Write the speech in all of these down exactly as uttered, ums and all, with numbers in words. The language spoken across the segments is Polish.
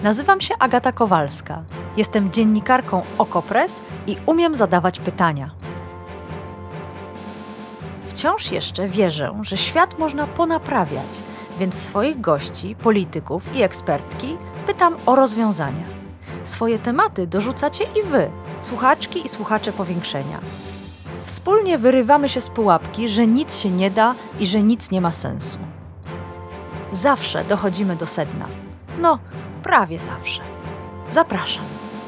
Nazywam się Agata Kowalska. Jestem dziennikarką Okopres i umiem zadawać pytania. Wciąż jeszcze wierzę, że świat można ponaprawiać, więc swoich gości, polityków i ekspertki pytam o rozwiązania. Swoje tematy dorzucacie i wy, słuchaczki i słuchacze Powiększenia. Wspólnie wyrywamy się z pułapki, że nic się nie da i że nic nie ma sensu. Zawsze dochodzimy do sedna. No, prawie zawsze. Zapraszam.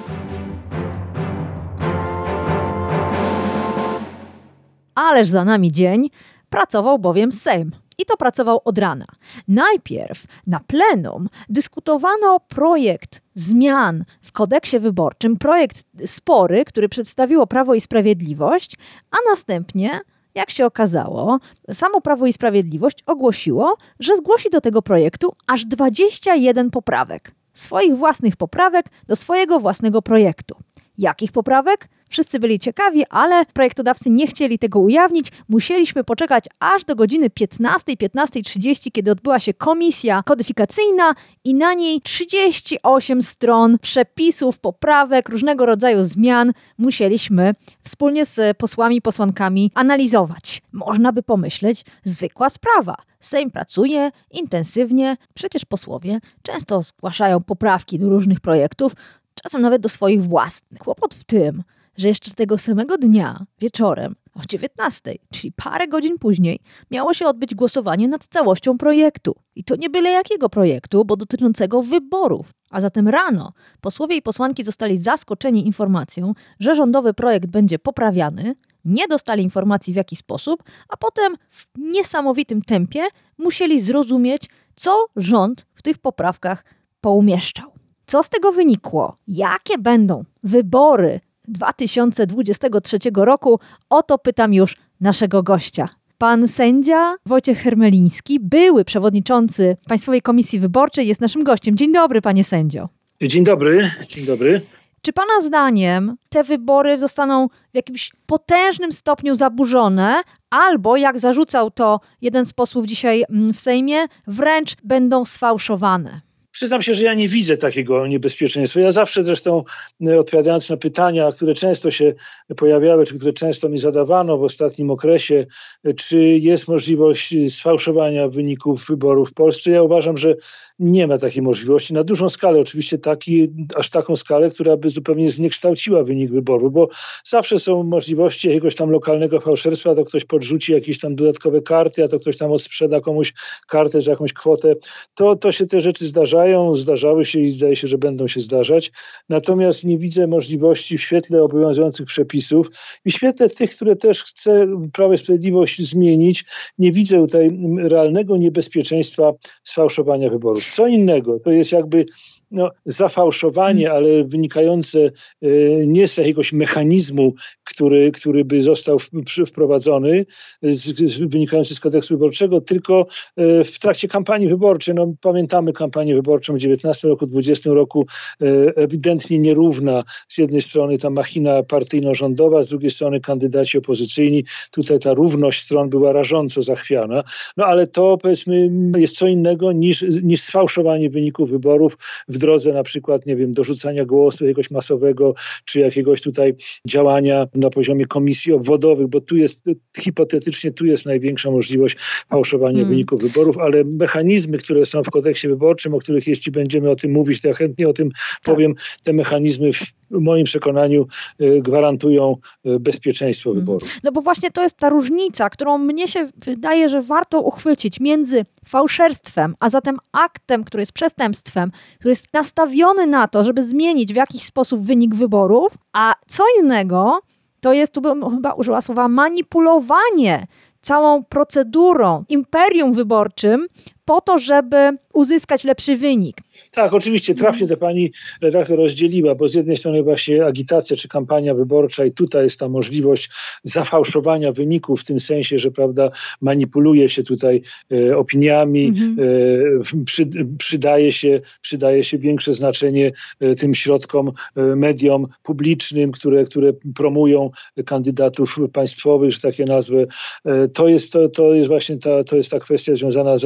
Ależ za nami dzień, pracował bowiem Sejm. I to pracował od rana. Najpierw na plenum dyskutowano projekt zmian w kodeksie wyborczym, projekt spory, który przedstawiło Prawo i Sprawiedliwość, a następnie, jak się okazało, samo Prawo i Sprawiedliwość ogłosiło, że zgłosi do tego projektu aż dwadzieścia jeden poprawek. Swoich własnych poprawek do swojego własnego projektu. Jakich poprawek? Wszyscy byli ciekawi, ale projektodawcy nie chcieli tego ujawnić. Musieliśmy poczekać aż do godziny piętnastej, piętnastej trzydzieści, kiedy odbyła się komisja kodyfikacyjna i na niej trzydzieści osiem stron przepisów, poprawek, różnego rodzaju zmian musieliśmy wspólnie z posłami i posłankami analizować. Można by pomyśleć, zwykła sprawa. Sejm pracuje intensywnie, przecież posłowie często zgłaszają poprawki do różnych projektów, czasem nawet do swoich własnych. Kłopot w tym, że jeszcze z tego samego dnia, wieczorem, o dziewiętnastej, czyli parę godzin później, miało się odbyć głosowanie nad całością projektu. I to nie byle jakiego projektu, bo dotyczącego wyborów. A zatem rano posłowie i posłanki zostali zaskoczeni informacją, że rządowy projekt będzie poprawiany, nie dostali informacji w jaki sposób, a potem w niesamowitym tempie musieli zrozumieć, co rząd w tych poprawkach poumieszczał. Co z tego wynikło? Jakie będą wybory dwa tysiące dwudziestego trzeciego roku? O to pytam już naszego gościa. Pan sędzia Wojciech Hermeliński, były przewodniczący Państwowej Komisji Wyborczej, jest naszym gościem. Dzień dobry, panie sędzio. Dzień dobry, dzień dobry. Czy pana zdaniem te wybory zostaną w jakimś potężnym stopniu zaburzone, albo, jak zarzucał to jeden z posłów dzisiaj w Sejmie, wręcz będą sfałszowane? Przyznam się, że ja nie widzę takiego niebezpieczeństwa. Ja zawsze zresztą, odpowiadając na pytania, które często się pojawiały, czy które często mi zadawano w ostatnim okresie, czy jest możliwość sfałszowania wyników wyborów w Polsce, ja uważam, że nie ma takiej możliwości. Na dużą skalę, oczywiście taki, aż taką skalę, która by zupełnie zniekształciła wynik wyborów, bo zawsze są możliwości jakiegoś tam lokalnego fałszerstwa, to ktoś podrzuci jakieś tam dodatkowe karty, a to ktoś tam odsprzeda komuś kartę za jakąś kwotę. To, to się te rzeczy zdarzają. Zdarzały się i zdaje się, że będą się zdarzać. Natomiast nie widzę możliwości w świetle obowiązujących przepisów i w świetle tych, które też chce Prawo i Sprawiedliwość zmienić, nie widzę tutaj realnego niebezpieczeństwa sfałszowania wyborów. Co innego, to jest jakby no, zafałszowanie, ale wynikające y, nie z jakiegoś mechanizmu, który, który by został w, przy, wprowadzony, z, z, wynikający z kodeksu wyborczego, tylko y, w trakcie kampanii wyborczej. No, pamiętamy kampanię wyborczą w dziewiętnastym roku, dwudziestym roku, y, ewidentnie nierówna. Z jednej strony ta machina partyjno-rządowa, z drugiej strony kandydaci opozycyjni. Tutaj ta równość stron była rażąco zachwiana. No ale to, powiedzmy, jest co innego niż, niż sfałszowanie wyników wyborów w drodze na przykład, nie wiem, dorzucania głosu jakiegoś masowego, czy jakiegoś tutaj działania na poziomie komisji obwodowych, bo tu jest, hipotetycznie tu jest największa możliwość fałszowania hmm. wyników wyborów, ale mechanizmy, które są w kodeksie wyborczym, o których jeśli będziemy o tym mówić, to ja chętnie o tym tak. powiem, te mechanizmy w moim przekonaniu y, gwarantują y, bezpieczeństwo hmm. wyborów. No bo właśnie to jest ta różnica, którą mnie się wydaje, że warto uchwycić między fałszerstwem, a zatem aktem, który jest przestępstwem, który jest nastawiony na to, żeby zmienić w jakiś sposób wynik wyborów, a co innego to jest, tu bym chyba użyła słowa, manipulowanie całą procedurą, imperium wyborczym po to, żeby uzyskać lepszy wynik. Tak, oczywiście trafnie to pani redaktor rozdzieliła, bo z jednej strony właśnie agitacja czy kampania wyborcza i tutaj jest ta możliwość zafałszowania wyników w tym sensie, że prawda, manipuluje się tutaj e, opiniami, mhm. e, przy, przydaje, się, przydaje się większe znaczenie e, tym środkom, e, mediom publicznym, które, które promują kandydatów państwowych, że takie nazwy. E, to, jest, to, to jest właśnie ta, to jest ta kwestia związana z agitacją.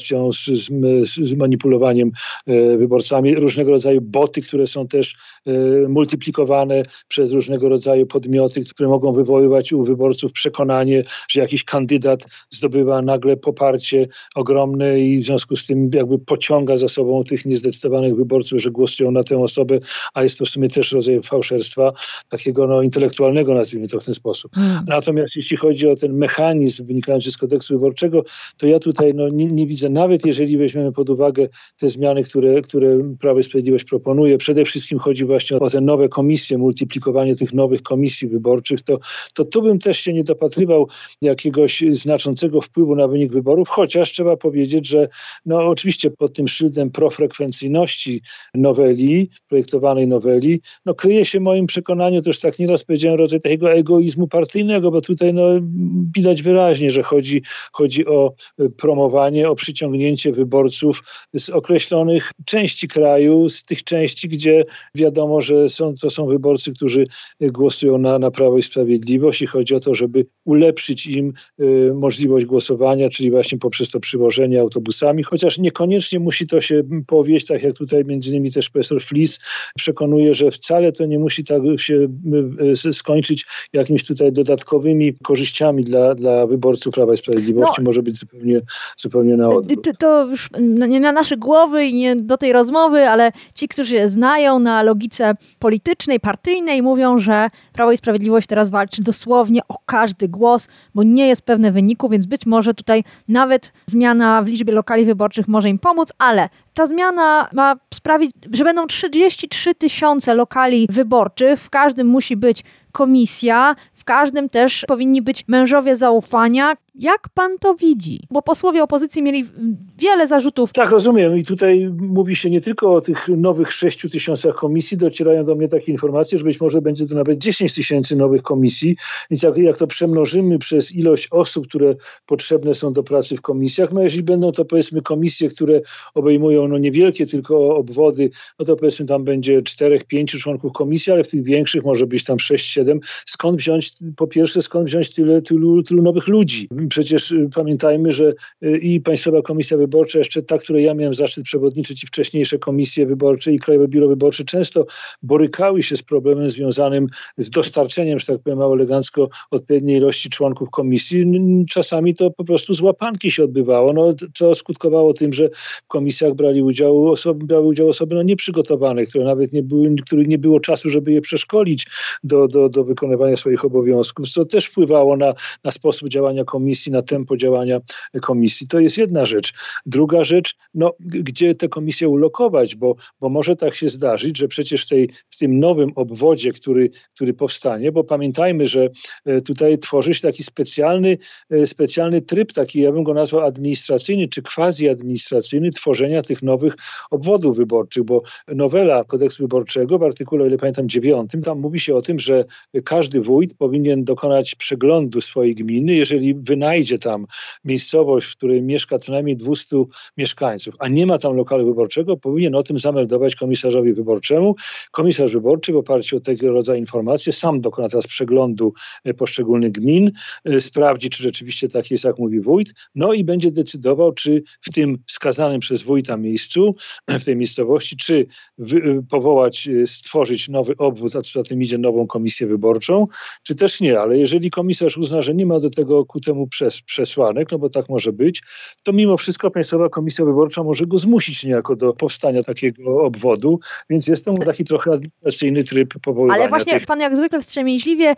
manipulacją, z, z, z manipulowaniem wyborcami, różnego rodzaju boty, które są też multiplikowane przez różnego rodzaju podmioty, które mogą wywoływać u wyborców przekonanie, że jakiś kandydat zdobywa nagle poparcie ogromne i w związku z tym jakby pociąga za sobą tych niezdecydowanych wyborców, że głosują na tę osobę, a jest to w sumie też rodzaj fałszerstwa, takiego no, intelektualnego, nazwijmy to w ten sposób. Hmm. Natomiast jeśli chodzi o ten mechanizm wynikający z kodeksu wyborczego, to ja tutaj no, nie, nie widzę, nawet jeżeli weźmiemy pod uwagę te zmiany, które, które Prawo i Sprawiedliwość proponuje, przede wszystkim chodzi właśnie o te nowe komisje, multiplikowanie tych nowych komisji wyborczych, to, to tu bym też się nie dopatrywał jakiegoś znaczącego wpływu na wynik wyborów, chociaż trzeba powiedzieć, że no oczywiście pod tym szyldem profrekwencyjności noweli, projektowanej noweli, no kryje się w moim przekonaniu też tak nieraz powiedziałem rodzaj takiego egoizmu partyjnego, bo tutaj no widać wyraźnie, że chodzi, chodzi o promowanie, o przyciągnięcie wyborców z określonych części kraju, z tych części, gdzie wiadomo, że są, to są wyborcy, którzy głosują na, na Prawo i Sprawiedliwość i chodzi o to, żeby ulepszyć im y, możliwość głosowania, czyli właśnie poprzez to przywożenie autobusami, chociaż niekoniecznie musi to się powieść, tak jak tutaj między innymi też profesor Flis przekonuje, że wcale to nie musi tak się y, y, skończyć jakimiś tutaj dodatkowymi korzyściami dla, dla wyborców Prawa i Sprawiedliwości. No, może być zupełnie, zupełnie na odwrót. To, to już nie na nasze głowy i nie do tej rozmowy, ale ci, którzy się znają na logice politycznej, partyjnej, mówią, że Prawo i Sprawiedliwość teraz walczy dosłownie o każdy głos, bo nie jest pewne wyniku, więc być może tutaj nawet zmiana w liczbie lokali wyborczych może im pomóc, ale ta zmiana ma sprawić, że będą trzydzieści trzy tysiące lokali wyborczych, w każdym musi być komisja, w każdym też powinni być mężowie zaufania. Jak pan to widzi? Bo posłowie opozycji mieli wiele zarzutów. Tak, rozumiem. I tutaj mówi się nie tylko o tych nowych sześciu tysiącach komisji, docierają do mnie takie informacje, że być może będzie to nawet dziesięć tysięcy nowych komisji. Więc jak, jak to przemnożymy przez ilość osób, które potrzebne są do pracy w komisjach, no jeśli będą to powiedzmy komisje, które obejmują no niewielkie tylko obwody, no to powiedzmy tam będzie czterech, pięciu członków komisji, ale w tych większych może być tam sześć, siedem. Skąd wziąć, po pierwsze, skąd wziąć tyle, tylu, tylu nowych ludzi? Przecież pamiętajmy, że i Państwowa Komisja Wyborcza, jeszcze ta, której ja miałem zaszczyt przewodniczyć, i wcześniejsze komisje wyborcze i Krajowe Biuro Wyborcze często borykały się z problemem związanym z dostarczeniem, że tak powiem mało elegancko, odpowiedniej ilości członków komisji. Czasami to po prostu z łapanki się odbywało, no, co skutkowało tym, że w komisjach brali udział osoby, brały udział osoby no, nieprzygotowane, które nawet nie były, których nie było czasu, żeby je przeszkolić do, do, do wykonywania swoich obowiązków, co też wpływało na, na sposób działania komisji, na tempo działania komisji. To jest jedna rzecz. Druga rzecz, no, gdzie te komisje ulokować, bo, bo może tak się zdarzyć, że przecież w, tej, w tym nowym obwodzie, który, który powstanie, bo pamiętajmy, że tutaj tworzy się taki specjalny, specjalny tryb, taki ja bym go nazwał administracyjny, czy quasi-administracyjny tworzenia tych nowych obwodów wyborczych, bo nowela kodeksu wyborczego w artykule, o ile pamiętam, dziewiątym, tam mówi się o tym, że każdy wójt powinien dokonać przeglądu swojej gminy, jeżeli wynajdzie tam miejscowość, w której mieszka co najmniej dwieście mieszkańców, a nie ma tam lokalu wyborczego, powinien o tym zameldować komisarzowi wyborczemu. Komisarz wyborczy w oparciu o tego rodzaju informacje sam dokona teraz przeglądu poszczególnych gmin, sprawdzi, czy rzeczywiście tak jest, jak mówi wójt, no i będzie decydował, czy w tym wskazanym przez wójta miejscu, w tej miejscowości, czy wy, powołać, stworzyć nowy obwód, a co za tym idzie nową komisję wyborczą, czy też nie. Ale jeżeli komisarz uzna, że nie ma do tego ku temu przes, przesłanek, no bo tak może być, to mimo wszystko Państwowa Komisja Wyborcza może go zmusić niejako do powstania takiego obwodu, więc jest to taki trochę administracyjny tryb powoływania. Ale właśnie tych... pan jak zwykle wstrzemięźliwie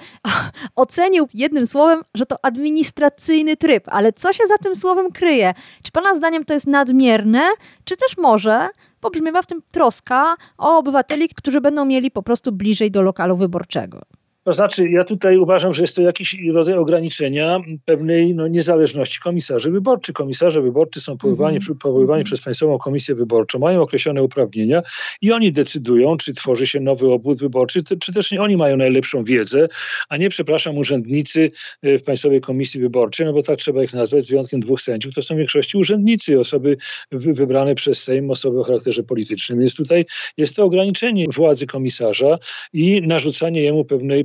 ocenił jednym słowem, że to administracyjny tryb. Ale co się za tym słowem kryje? Czy pana zdaniem to jest nadmierne, czy też może pobrzmiewa w tym troska o obywateli, którzy będą mieli po prostu bliżej do lokalu wyborczego? To znaczy, ja tutaj uważam, że jest to jakiś rodzaj ograniczenia pewnej no, niezależności komisarzy wyborczych. Komisarze wyborczy są powoływani, mm-hmm. powoływani mm-hmm. przez Państwową Komisję Wyborczą, mają określone uprawnienia i oni decydują, czy tworzy się nowy obwód wyborczy, czy też nie oni mają najlepszą wiedzę, a nie, przepraszam, urzędnicy w Państwowej Komisji Wyborczej, no bo tak trzeba ich nazwać, z wyjątkiem dwóch sędziów, to są w większości urzędnicy, osoby wybrane przez Sejm, osoby o charakterze politycznym. Więc tutaj jest to ograniczenie władzy komisarza i narzucanie jemu pewnej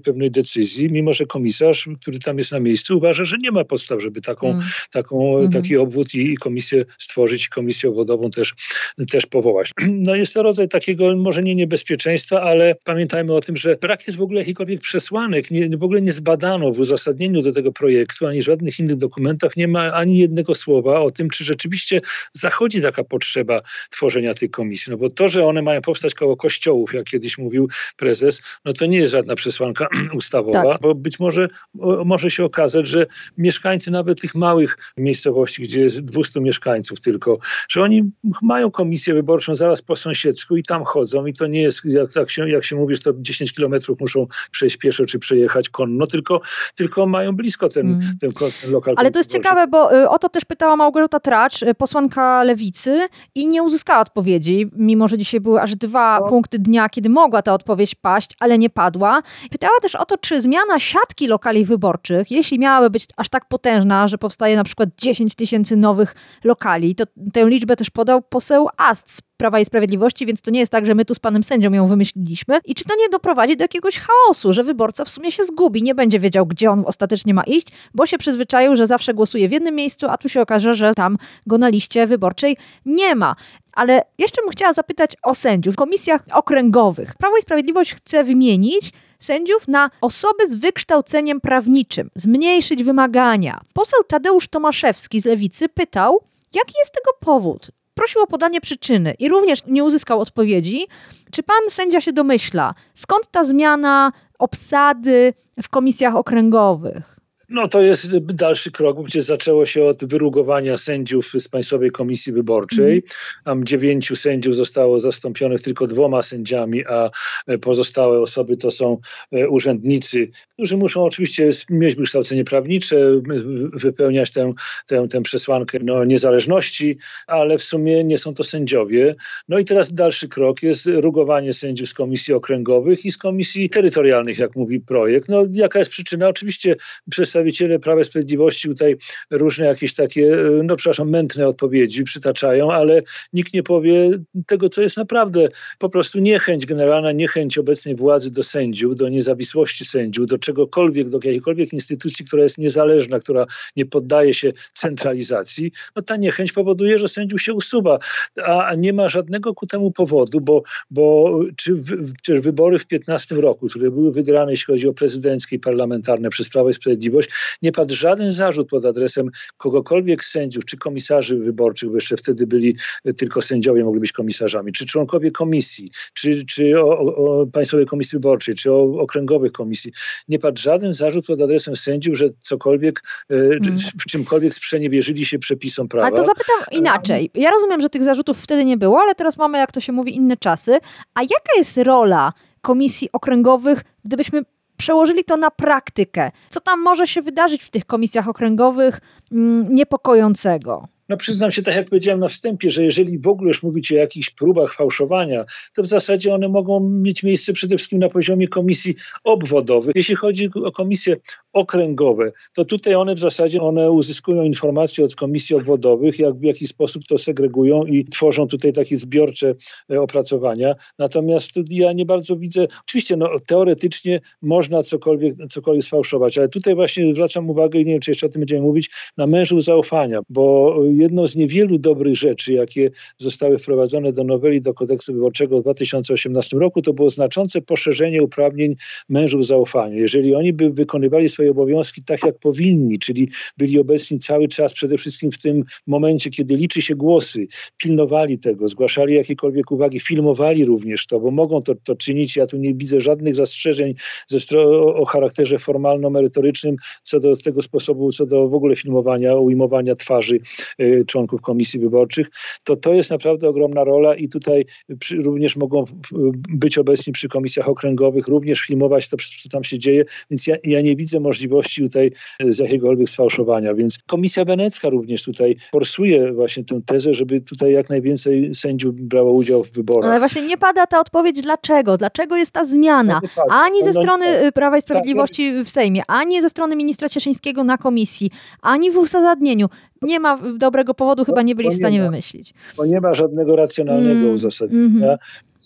pewnej decyzji, mimo że komisarz, który tam jest na miejscu, uważa, że nie ma podstaw, żeby taką, mm. taką, mm. taki obwód i, i komisję stworzyć, i komisję obwodową też, też powołać. No jest to rodzaj takiego może nie niebezpieczeństwa, ale pamiętajmy o tym, że brak jest w ogóle jakichkolwiek przesłanek, nie, w ogóle nie zbadano w uzasadnieniu do tego projektu, ani żadnych innych dokumentach nie ma ani jednego słowa o tym, czy rzeczywiście zachodzi taka potrzeba tworzenia tej komisji. No bo to, że one mają powstać koło kościołów, jak kiedyś mówił prezes, no to nie jest żadna przesłanka ustawowa, tak. Bo być może o, może się okazać, że mieszkańcy nawet tych małych miejscowości, gdzie jest dwieście mieszkańców tylko, że oni mają komisję wyborczą zaraz po sąsiedzku i tam chodzą i to nie jest, jak, jak, się, jak się mówi, że to dziesięć kilometrów muszą przejść pieszo czy przejechać konno, tylko, tylko mają blisko ten, mm. ten, ten lokal. Ale to jest wyborczy. Ciekawe, bo y, o to też pytała Małgorzata Tracz, y, posłanka Lewicy i nie uzyskała odpowiedzi, mimo że dzisiaj były aż dwa no. punkty dnia, kiedy mogła ta odpowiedź paść, ale nie padła. Pytała też o to, czy zmiana siatki lokali wyborczych, jeśli miałaby być aż tak potężna, że powstaje na przykład dziesięć tysięcy nowych lokali, to tę liczbę też podał poseł Ast z Prawa i Sprawiedliwości, więc to nie jest tak, że my tu z panem sędzią ją wymyśliliśmy. I czy to nie doprowadzi do jakiegoś chaosu, że wyborca w sumie się zgubi, nie będzie wiedział, gdzie on ostatecznie ma iść, bo się przyzwyczaił, że zawsze głosuje w jednym miejscu, a tu się okaże, że tam go na liście wyborczej nie ma. Ale jeszcze bym chciała zapytać o sędziów w komisjach okręgowych. Prawo i Sprawiedliwość chce wymienić sędziów na osoby z wykształceniem prawniczym, zmniejszyć wymagania. Poseł Tadeusz Tomaszewski z Lewicy pytał, jaki jest tego powód? Prosił o podanie przyczyny i również nie uzyskał odpowiedzi. Czy pan sędzia się domyśla, skąd ta zmiana obsady w komisjach okręgowych? No to jest dalszy krok, gdzie zaczęło się od wyrugowania sędziów z Państwowej Komisji Wyborczej. Mm. Tam dziewięciu sędziów zostało zastąpionych tylko dwoma sędziami, a pozostałe osoby to są urzędnicy, którzy muszą oczywiście mieć wykształcenie prawnicze, wypełniać tę, tę, tę przesłankę no, niezależności, ale w sumie nie są to sędziowie. No i teraz dalszy krok jest rugowanie sędziów z komisji okręgowych i z komisji terytorialnych, jak mówi projekt. No jaka jest przyczyna? Oczywiście przez Przedstawiciele Prawa i Sprawiedliwości tutaj różne jakieś takie, no przepraszam, mętne odpowiedzi przytaczają, ale nikt nie powie tego, co jest naprawdę po prostu niechęć generalna, niechęć obecnej władzy do sędziów, do niezawisłości sędziów, do czegokolwiek, do jakiejkolwiek instytucji, która jest niezależna, która nie poddaje się centralizacji. No ta niechęć powoduje, że sędziów się usuwa, a nie ma żadnego ku temu powodu, bo, bo czy, w, czy wybory w piętnastym roku, które były wygrane, jeśli chodzi o prezydenckie i parlamentarne przez Prawo i Sprawiedliwość, nie padł żaden zarzut pod adresem kogokolwiek z sędziów, czy komisarzy wyborczych, bo jeszcze wtedy byli tylko sędziowie, mogli być komisarzami, czy członkowie komisji, czy, czy o, o Państwowej Komisji Wyborczej, czy o okręgowych komisji. Nie padł żaden zarzut pod adresem sędziów, że cokolwiek, hmm. w czymkolwiek sprzeniewierzyli się przepisom prawa. Ale to zapytam inaczej. Ja rozumiem, że tych zarzutów wtedy nie było, ale teraz mamy, jak to się mówi, inne czasy. A jaka jest rola komisji okręgowych, gdybyśmy przełożyli to na praktykę? Co tam może się wydarzyć w tych komisjach okręgowych mm, niepokojącego? No przyznam się, tak jak powiedziałem na wstępie, że jeżeli w ogóle już mówicie o jakichś próbach fałszowania, to w zasadzie one mogą mieć miejsce przede wszystkim na poziomie komisji obwodowych. Jeśli chodzi o komisje okręgowe, to tutaj one w zasadzie one uzyskują informacje od komisji obwodowych, jak, w jaki sposób to segregują i tworzą tutaj takie zbiorcze opracowania. Natomiast ja nie bardzo widzę, oczywiście no, teoretycznie można cokolwiek, cokolwiek sfałszować, ale tutaj właśnie zwracam uwagę, i nie wiem, czy jeszcze o tym będziemy mówić, na mężów zaufania, bo jedną z niewielu dobrych rzeczy, jakie zostały wprowadzone do noweli do kodeksu wyborczego w dwa tysiące osiemnastym roku, to było znaczące poszerzenie uprawnień mężów zaufania. Jeżeli oni by wykonywali swoje obowiązki tak, jak powinni, czyli byli obecni cały czas, przede wszystkim w tym momencie, kiedy liczy się głosy, pilnowali tego, zgłaszali jakiekolwiek uwagi, filmowali również to, bo mogą to, to czynić. Ja tu nie widzę żadnych zastrzeżeń ze stro- o charakterze formalno-merytorycznym co do tego sposobu, co do w ogóle filmowania, ujmowania twarzy członków komisji wyborczych, to to jest naprawdę ogromna rola i tutaj przy, również mogą być obecni przy komisjach okręgowych, również filmować to, co tam się dzieje, więc ja, ja nie widzę możliwości tutaj z jakiegokolwiek sfałszowania, więc Komisja Wenecka również tutaj forsuje właśnie tę tezę, żeby tutaj jak najwięcej sędziów brało udział w wyborach. Ale właśnie nie pada ta odpowiedź, dlaczego? Dlaczego jest ta zmiana? No ani ze strony Prawa i Sprawiedliwości w Sejmie, ani ze strony ministra Cieszyńskiego na komisji, ani w uzasadnieniu. Nie ma dobrego powodu, chyba nie byli w stanie ma, wymyślić. Bo nie ma żadnego racjonalnego mm, uzasadnienia. Mm-hmm.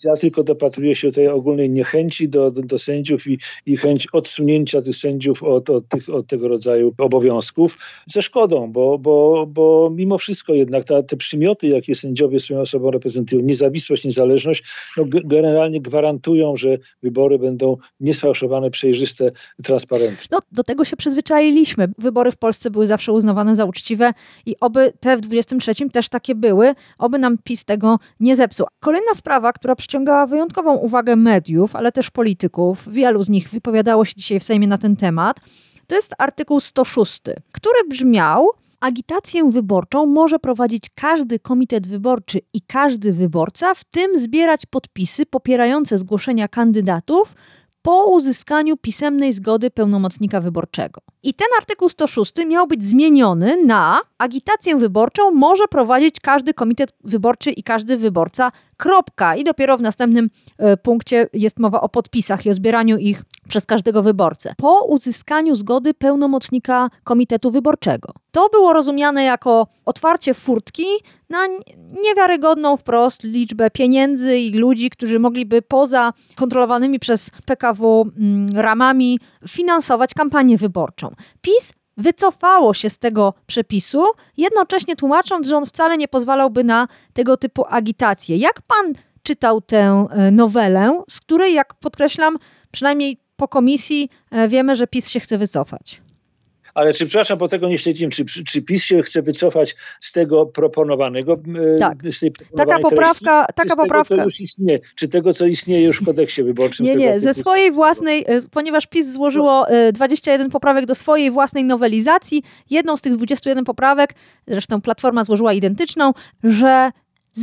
ja tylko dopatruję się tej ogólnej niechęci do, do, do sędziów i, i chęć odsunięcia tych sędziów od, od, tych, od tego rodzaju obowiązków ze szkodą, bo, bo, bo mimo wszystko jednak ta, te przymioty, jakie sędziowie swoją osobą reprezentują, niezawisłość, niezależność, no, g- generalnie gwarantują, że wybory będą niesfałszowane, przejrzyste, transparentne. No, do tego się przyzwyczailiśmy. Wybory w Polsce były zawsze uznawane za uczciwe i oby te w dwudziestym trzecim też takie były, oby nam PiS tego nie zepsuł. Kolejna sprawa, która przyciągała wyjątkową uwagę mediów, ale też polityków, wielu z nich wypowiadało się dzisiaj w Sejmie na ten temat, to jest artykuł sto sześć, który brzmiał: agitację wyborczą może prowadzić każdy komitet wyborczy i każdy wyborca, w tym zbierać podpisy popierające zgłoszenia kandydatów po uzyskaniu pisemnej zgody pełnomocnika wyborczego. I ten artykuł sto sześć miał być zmieniony na: agitację wyborczą może prowadzić każdy komitet wyborczy i każdy wyborca, kropka. I dopiero w następnym y, punkcie jest mowa o podpisach i o zbieraniu ich przez każdego wyborcę. Po uzyskaniu zgody pełnomocnika komitetu wyborczego. To było rozumiane jako otwarcie furtki na niewiarygodną wprost liczbę pieniędzy i ludzi, którzy mogliby poza kontrolowanymi przez P K W mm, ramami finansować kampanię wyborczą. PiS wycofało się z tego przepisu, jednocześnie tłumacząc, że on wcale nie pozwalałby na tego typu agitację. Jak pan czytał tę nowelę, z której, jak podkreślam, przynajmniej po komisji wiemy, że PiS się chce wycofać? Ale czy, przepraszam, bo tego nie śledzimy, czy, czy PiS się chce wycofać z tego proponowanego? Tak. Z tej taka poprawka, treści, taka czy poprawka. Tego, co już istnieje, czy tego, co istnieje już w kodeksie wyborczym? Nie, nie, tego, ze swojej własnej, ponieważ PiS złożyło dwadzieścia jeden poprawek do swojej własnej nowelizacji, jedną z tych dwudziestu jeden poprawek, zresztą Platforma złożyła identyczną, że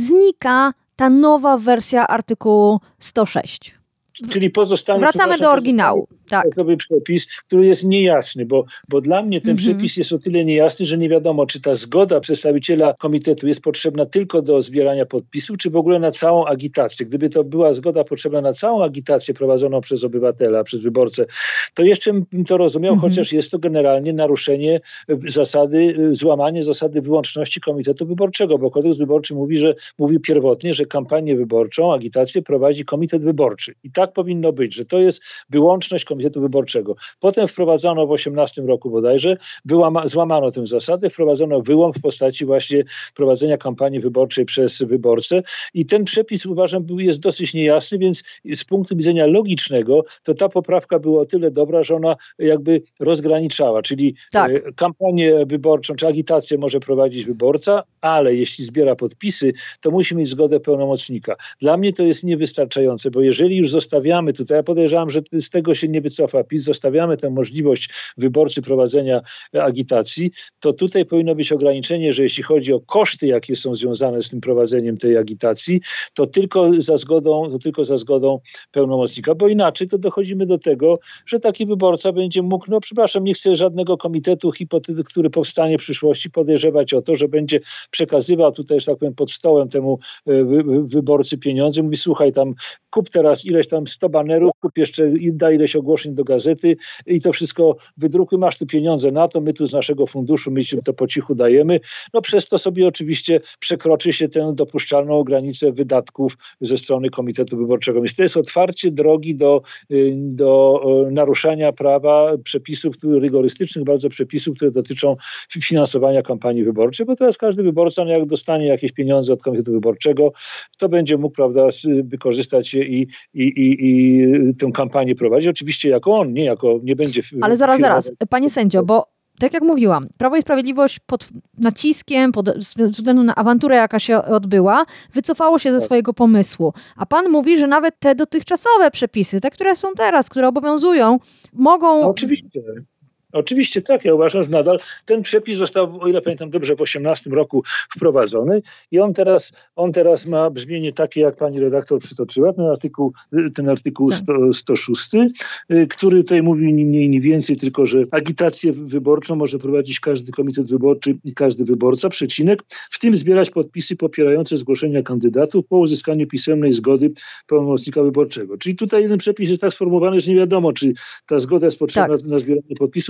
znika ta nowa wersja artykułu sto sześć. Czyli pozostanie... Wracamy do oryginału. Tak. Gotowy przepis, który jest niejasny, bo, bo dla mnie ten Mhm. przepis jest o tyle niejasny, że nie wiadomo, czy ta zgoda przedstawiciela komitetu jest potrzebna tylko do zbierania podpisów, czy w ogóle na całą agitację. Gdyby to była zgoda potrzebna na całą agitację prowadzoną przez obywatela, przez wyborcę, to jeszcze bym to rozumiał, Mhm. chociaż jest to generalnie naruszenie zasady, złamanie zasady wyłączności komitetu wyborczego, bo kodeks wyborczy mówi, że mówił pierwotnie, że kampanię wyborczą, agitację prowadzi komitet wyborczy. I tak powinno być, że to jest wyłączność komitetu Wyborczego. Potem wprowadzono w osiemnastym roku bodajże, wyłama, złamano tę zasadę, wprowadzono wyłom w postaci właśnie prowadzenia kampanii wyborczej przez wyborcę i ten przepis, uważam, był, jest dosyć niejasny, więc z punktu widzenia logicznego to ta poprawka była o tyle dobra, że ona jakby rozgraniczała, czyli Tak. e, kampanię wyborczą czy agitację może prowadzić wyborca, ale jeśli zbiera podpisy, to musi mieć zgodę pełnomocnika. Dla mnie to jest niewystarczające, bo jeżeli już zostawiamy tutaj, ja podejrzewam, że z tego się nie wycofa PiS, zostawiamy tę możliwość wyborcy prowadzenia agitacji, to tutaj powinno być ograniczenie, że jeśli chodzi o koszty, jakie są związane z tym prowadzeniem tej agitacji, to tylko za zgodą, to tylko za zgodą pełnomocnika, bo inaczej to dochodzimy do tego, że taki wyborca będzie mógł, no przepraszam, nie chcę żadnego komitetu, hipotety, który powstanie w przyszłości, podejrzewać o to, że będzie przekazywał tutaj, że tak powiem, pod stołem temu wy, wy, wyborcy pieniądze, mówi: słuchaj, tam kup teraz ileś tam sto banerów, kup jeszcze, daj ileś ogłoszeń do gazety i to wszystko wydrukuj, masz tu pieniądze na to, my tu z naszego funduszu, my ci to po cichu dajemy. No przez to sobie oczywiście przekroczy się tę dopuszczalną granicę wydatków ze strony Komitetu Wyborczego. Więc to jest otwarcie drogi do, do naruszania prawa, przepisów rygorystycznych, bardzo przepisów, które dotyczą finansowania kampanii wyborczej, bo teraz każdy wyborca, no jak dostanie jakieś pieniądze od Komitetu Wyborczego, to będzie mógł, prawda, wykorzystać je i, i, i, i tę kampanię prowadzić. Oczywiście jako on, nie jako, nie będzie... Ale zaraz, firmować. zaraz, panie sędzio, bo tak jak mówiłam, Prawo i Sprawiedliwość pod naciskiem, pod, ze względu na awanturę, jaka się odbyła, wycofało się ze Tak. swojego pomysłu. A pan mówi, że nawet te dotychczasowe przepisy, te, które są teraz, które obowiązują, mogą... No, oczywiście. Oczywiście tak, ja uważam, że nadal ten przepis został, o ile pamiętam dobrze, w osiemnastym roku wprowadzony i on teraz, on teraz ma brzmienie takie, jak pani redaktor przytoczyła, ten artykuł, ten artykuł Tak. sto, sto sześć, który tutaj mówi ni mniej, ni więcej, tylko że agitację wyborczą może prowadzić każdy komitet wyborczy i każdy wyborca, przecinek, w tym zbierać podpisy popierające zgłoszenia kandydatów po uzyskaniu pisemnej zgody pełnomocnika wyborczego. Czyli tutaj jeden przepis jest tak sformułowany, że nie wiadomo, czy ta zgoda jest potrzebna Tak. na zbieranie podpisów,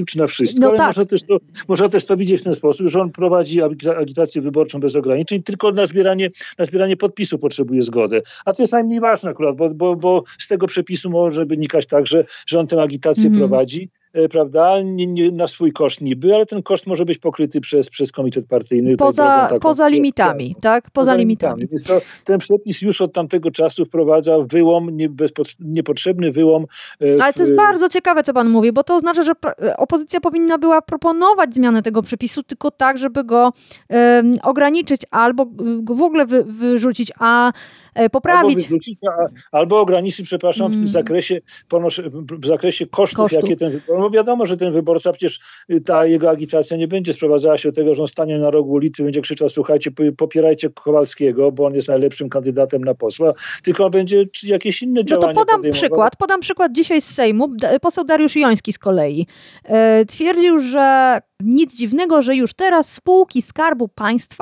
czy na wszystko, No ale tak. można też, to, można też to widzieć w ten sposób, że on prowadzi agitację wyborczą bez ograniczeń, tylko na zbieranie, na zbieranie podpisu potrzebuje zgody. A to jest najmniej ważne akurat, bo, bo, bo z tego przepisu może wynikać tak, że, że on tę agitację mm. prowadzi, prawda, nie, nie, na swój koszt niby, ale ten koszt może być pokryty przez, przez komitet partyjny. Poza, taką, poza limitami, tak? Poza, poza limitami. limitami. To, ten przepis już od tamtego czasu wprowadza wyłom, nie, bezpo, niepotrzebny wyłom. W... Ale to jest bardzo ciekawe, co pan mówi, bo to oznacza, że opozycja powinna była proponować zmianę tego przepisu, tylko tak, żeby go um, ograniczyć albo go w ogóle wy, wyrzucić, a poprawić. Albo wyrzucić, a, albo ograniczyć, przepraszam, hmm. w zakresie, ponosz, w zakresie kosztów, kosztów. jakie ten No wiadomo, że ten wyborca, przecież ta jego agitacja nie będzie sprowadzała się do tego, że on stanie na rogu ulicy, będzie krzyczał, słuchajcie, popierajcie Kowalskiego, bo on jest najlepszym kandydatem na posła, tylko on będzie jakieś inne działania No to podam przykład, podam przykład dzisiaj z Sejmu. Poseł Dariusz Joński z kolei e, twierdził, że nic dziwnego, że już teraz spółki Skarbu Państwa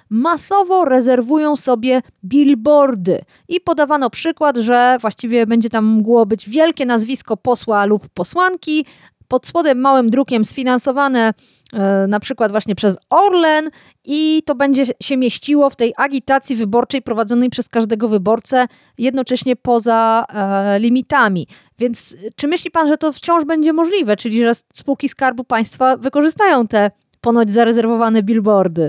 masowo rezerwują sobie billboardy. I podawano przykład, że właściwie będzie tam mogło być wielkie nazwisko posła lub posłanki, pod spodem małym drukiem sfinansowane e, na przykład właśnie przez Orlen i to będzie się mieściło w tej agitacji wyborczej prowadzonej przez każdego wyborcę, jednocześnie poza e, limitami. Więc czy myśli pan, że to wciąż będzie możliwe, czyli że spółki Skarbu Państwa wykorzystają te ponoć zarezerwowane billboardy?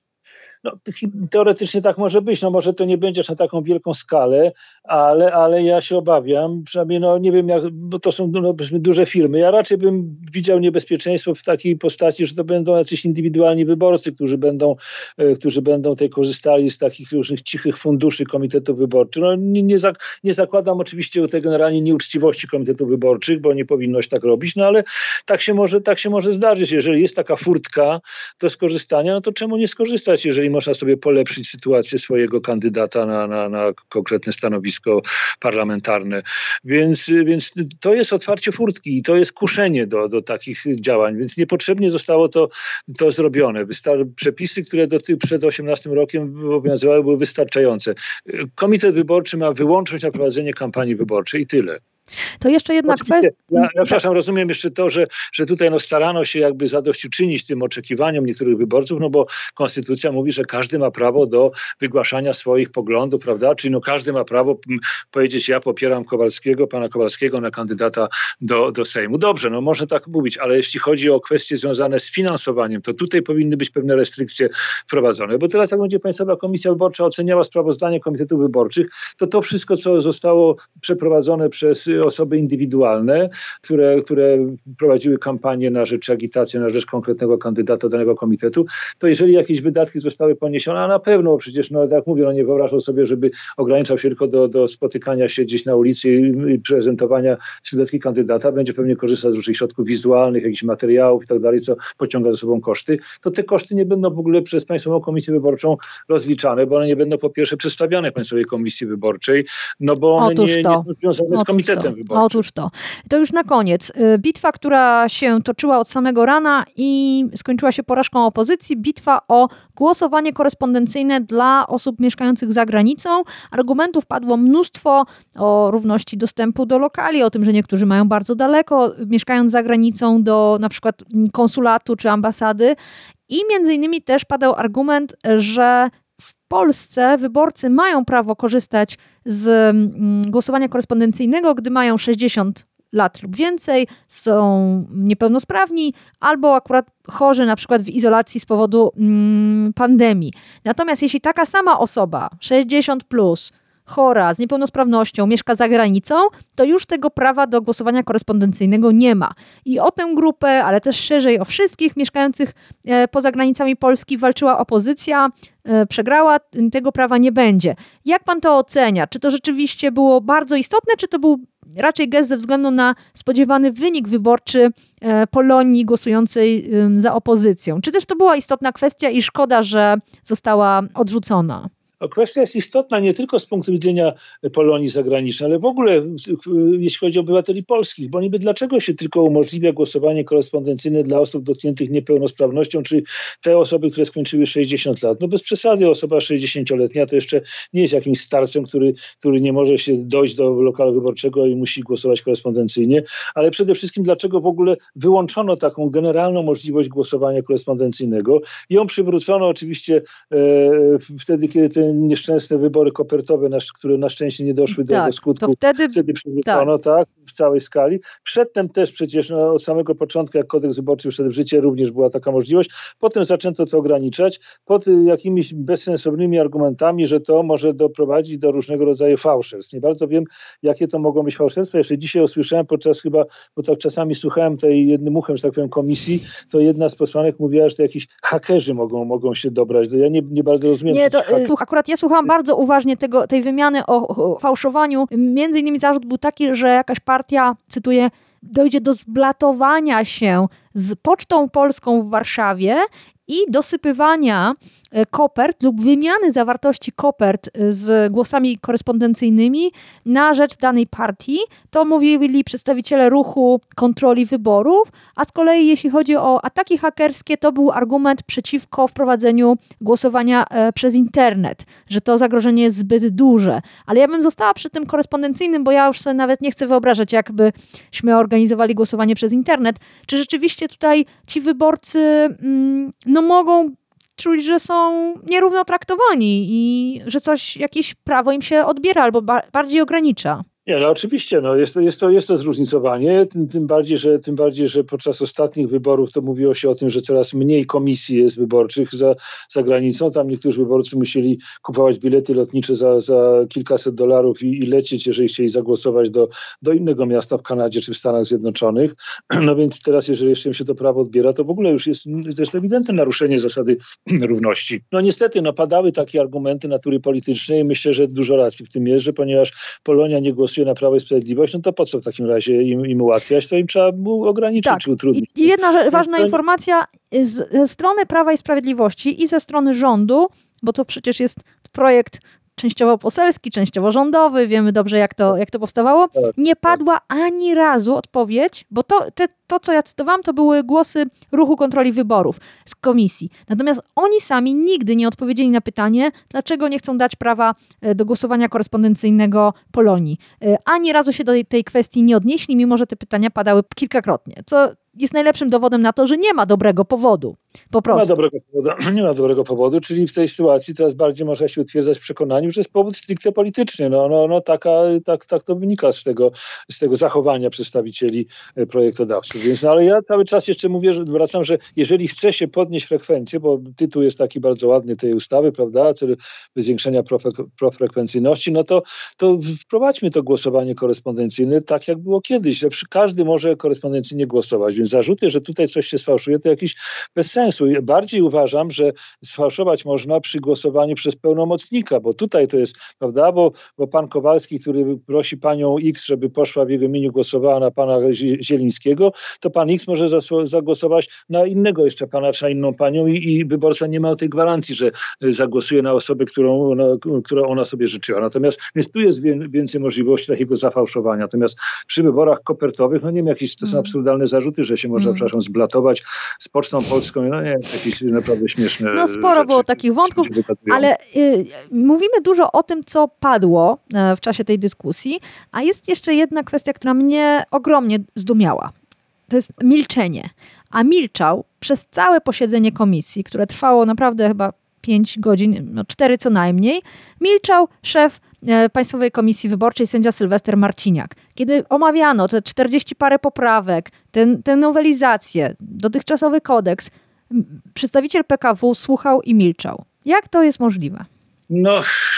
No, teoretycznie tak może być, no może to nie będzie na taką wielką skalę, ale, ale ja się obawiam, przynajmniej no nie wiem, jak, bo to są no, duże firmy, ja raczej bym widział niebezpieczeństwo w takiej postaci, że to będą jacyś indywidualni wyborcy, którzy będą, e, którzy będą tutaj korzystali z takich różnych cichych funduszy komitetów wyborczych. No, nie, nie, zak, nie zakładam oczywiście tej generalnie nieuczciwości komitetów wyborczych, bo nie powinno się tak robić, no ale tak się może, tak się może zdarzyć. Jeżeli jest taka furtka do skorzystania, no to czemu nie skorzystać, jeżeli można sobie polepszyć sytuację swojego kandydata na, na, na konkretne stanowisko parlamentarne. Więc, więc to jest otwarcie furtki i to jest kuszenie do, do takich działań, więc niepotrzebnie zostało to, to zrobione. Wystar- przepisy, które do tych przed osiemnastym rokiem obowiązywały, były wystarczające. Komitet wyborczy ma wyłączność na prowadzenie kampanii wyborczej i tyle. To jeszcze jedna kwestia. Ja, ja przepraszam, rozumiem jeszcze to, że, że tutaj no starano się jakby zadośćuczynić tym oczekiwaniom niektórych wyborców, no bo konstytucja mówi, że każdy ma prawo do wygłaszania swoich poglądów, prawda? Czyli no każdy ma prawo powiedzieć, ja popieram Kowalskiego, pana Kowalskiego na kandydata do, do Sejmu. Dobrze, no można tak mówić, ale jeśli chodzi o kwestie związane z finansowaniem, to tutaj powinny być pewne restrykcje wprowadzone, bo teraz jak będzie Państwowa Komisja Wyborcza oceniała sprawozdanie komitetów wyborczych, to to wszystko, co zostało przeprowadzone przez osoby indywidualne, które, które prowadziły kampanię na rzecz agitacji, na rzecz konkretnego kandydata danego komitetu, to jeżeli jakieś wydatki zostały poniesione, a na pewno przecież, no tak mówię, no nie wyobrażam sobie, żeby ograniczał się tylko do, do spotykania się gdzieś na ulicy i, i prezentowania sylwetki kandydata, będzie pewnie korzystać z różnych środków wizualnych, jakichś materiałów i tak dalej, co pociąga za sobą koszty, to te koszty nie będą w ogóle przez Państwową Komisję Wyborczą rozliczane, bo one nie będą po pierwsze przedstawiane Państwowej Komisji Wyborczej, no bo one Otóż nie, to. nie są związane z komitetem. Otóż to. To już na koniec. Bitwa, która się toczyła od samego rana i skończyła się porażką opozycji. Bitwa o głosowanie korespondencyjne dla osób mieszkających za granicą. Argumentów padło mnóstwo o równości dostępu do lokali, o tym, że niektórzy mają bardzo daleko, mieszkając za granicą do na przykład konsulatu czy ambasady. I między innymi też padał argument, że w Polsce wyborcy mają prawo korzystać z głosowania korespondencyjnego, gdy mają sześćdziesiąt lat lub więcej, są niepełnosprawni albo akurat chorzy na przykład w izolacji z powodu mm, pandemii. Natomiast jeśli taka sama osoba, sześćdziesiąt plus, chora, z niepełnosprawnością, mieszka za granicą, to już tego prawa do głosowania korespondencyjnego nie ma. I o tę grupę, ale też szerzej o wszystkich mieszkających e, poza granicami Polski walczyła opozycja, e, przegrała, tego prawa nie będzie. Jak pan to ocenia? Czy to rzeczywiście było bardzo istotne, czy to był raczej gest ze względu na spodziewany wynik wyborczy e, Polonii głosującej e, za opozycją? Czy też to była istotna kwestia i szkoda, że została odrzucona? No, kwestia jest istotna nie tylko z punktu widzenia Polonii zagranicznej, ale w ogóle jeśli chodzi o obywateli polskich, bo niby dlaczego się tylko umożliwia głosowanie korespondencyjne dla osób dotkniętych niepełnosprawnością, czy te osoby, które skończyły sześćdziesiąt lat. No bez przesady, osoba sześćdziesięcioletnia to jeszcze nie jest jakimś starcem, który, który nie może się dojść do lokalu wyborczego i musi głosować korespondencyjnie, ale przede wszystkim dlaczego w ogóle wyłączono taką generalną możliwość głosowania korespondencyjnego. Ją przywrócono oczywiście e, wtedy, kiedy te nieszczęsne wybory kopertowe, na, które na szczęście nie doszły do, tak, do skutku, to wtedy, wtedy przywrócono, tak. tak, w całej skali. Przedtem też przecież no, od samego początku, jak kodeks wyborczy wszedł w życie, również była taka możliwość. Potem zaczęto to ograniczać pod jakimiś bezsensownymi argumentami, że to może doprowadzić do różnego rodzaju fałszerstw. Nie bardzo wiem, jakie to mogą być fałszerstwa. Jeszcze dzisiaj usłyszałem podczas chyba, bo tak czasami słuchałem tej jednym uchem, że tak powiem, komisji, to jedna z posłanek mówiła, że to jakiś hakerzy mogą, mogą się dobrać. To ja nie, nie bardzo rozumiem. Nie, to, y, akurat ja słuchałam bardzo uważnie tego, tej wymiany o, o fałszowaniu. Między innymi zarzut był taki, że jakaś partia, cytuję, dojdzie do zblatowania się z Pocztą Polską w Warszawie i dosypywania kopert lub wymiany zawartości kopert z głosami korespondencyjnymi na rzecz danej partii. To mówili przedstawiciele ruchu kontroli wyborów, a z kolei jeśli chodzi o ataki hakerskie, to był argument przeciwko wprowadzeniu głosowania przez internet, że to zagrożenie jest zbyt duże. Ale ja bym została przy tym korespondencyjnym, bo ja już sobie nawet nie chcę wyobrażać, jakbyśmy organizowali głosowanie przez internet. Czy rzeczywiście tutaj ci wyborcy mm, no mogą czuć, że są nierówno traktowani i że coś, jakieś prawo im się odbiera albo ba- bardziej ogranicza. Nie, no oczywiście, no jest to, jest to, jest to zróżnicowanie, tym, tym, bardziej, że, tym bardziej, że podczas ostatnich wyborów to mówiło się o tym, że coraz mniej komisji jest wyborczych za, za granicą. Tam niektórzy wyborcy musieli kupować bilety lotnicze za, za kilkaset dolarów i, i lecieć, jeżeli chcieli zagłosować do, do innego miasta w Kanadzie czy w Stanach Zjednoczonych. No więc teraz, jeżeli jeszcze im się to prawo odbiera, to w ogóle już jest zresztą ewidentne naruszenie zasady równości. No niestety, no padały takie argumenty natury politycznej i myślę, że dużo racji w tym jest, że ponieważ Polonia nie głosuje na Prawo i Sprawiedliwość, no to po co w takim razie im, im ułatwiać, to im trzeba było ograniczyć tak. czy utrudnić. I jedna rzecz, ważna to... informacja z, ze strony Prawa i Sprawiedliwości i ze strony rządu, bo to przecież jest projekt częściowo poselski, częściowo rządowy, wiemy dobrze jak to, jak to powstawało, tak, nie padła tak. ani razu odpowiedź, bo to, te, to, co ja cytowałam, to były głosy Ruchu Kontroli Wyborów z komisji. Natomiast oni sami nigdy nie odpowiedzieli na pytanie, dlaczego nie chcą dać prawa do głosowania korespondencyjnego Polonii. Ani razu się do tej kwestii nie odnieśli, mimo że te pytania padały kilkakrotnie, co jest najlepszym dowodem na to, że nie ma dobrego powodu. Po prostu. Nie ma dobrego powodu, nie ma dobrego powodu, czyli w tej sytuacji coraz bardziej można się utwierdzać w przekonaniu, że jest powód stricte polityczny. No, no, no taka, tak, tak to wynika z tego, z tego zachowania przedstawicieli projektodawców. Więc, no, ale ja cały czas jeszcze mówię, że wracam, że jeżeli chce się podnieść frekwencję, bo tytuł jest taki bardzo ładny tej ustawy, prawda, cel zwiększenia profre- profrekwencyjności, no to, to wprowadźmy to głosowanie korespondencyjne tak, jak było kiedyś, że każdy może korespondencyjnie głosować. Więc zarzuty, że tutaj coś się sfałszuje, to jakiś bez sensu. Bardziej uważam, że sfałszować można przy głosowaniu przez pełnomocnika, bo tutaj to jest, prawda, bo, bo pan Kowalski, który prosi panią X, żeby poszła w jego imieniu, głosowała na pana Zielińskiego, to pan X może zas- zagłosować na innego jeszcze pana, czy na inną panią i, i wyborca nie ma tej gwarancji, że zagłosuje na osobę, którą ona, którą ona sobie życzyła. Natomiast więc tu jest wie, więcej możliwości takiego zafałszowania. Natomiast przy wyborach kopertowych, no nie wiem, jakieś to są mm. absurdalne zarzuty, że się można, mm. przepraszam, zblatować z Pocztą Polską, no nie wiem, jakieś naprawdę śmieszne No sporo rzeczy, było takich wątków, ale y, mówimy dużo o tym, co padło y, w czasie tej dyskusji, a jest jeszcze jedna kwestia, która mnie ogromnie zdumiała. To jest milczenie. A milczał przez całe posiedzenie komisji, które trwało naprawdę chyba pięć godzin, no cztery co najmniej, milczał szef e, Państwowej Komisji Wyborczej, sędzia Sylwester Marciniak. Kiedy omawiano te czterdzieści parę poprawek, tę nowelizację, dotychczasowy kodeks, przedstawiciel P K W słuchał i milczał. Jak to jest możliwe? No,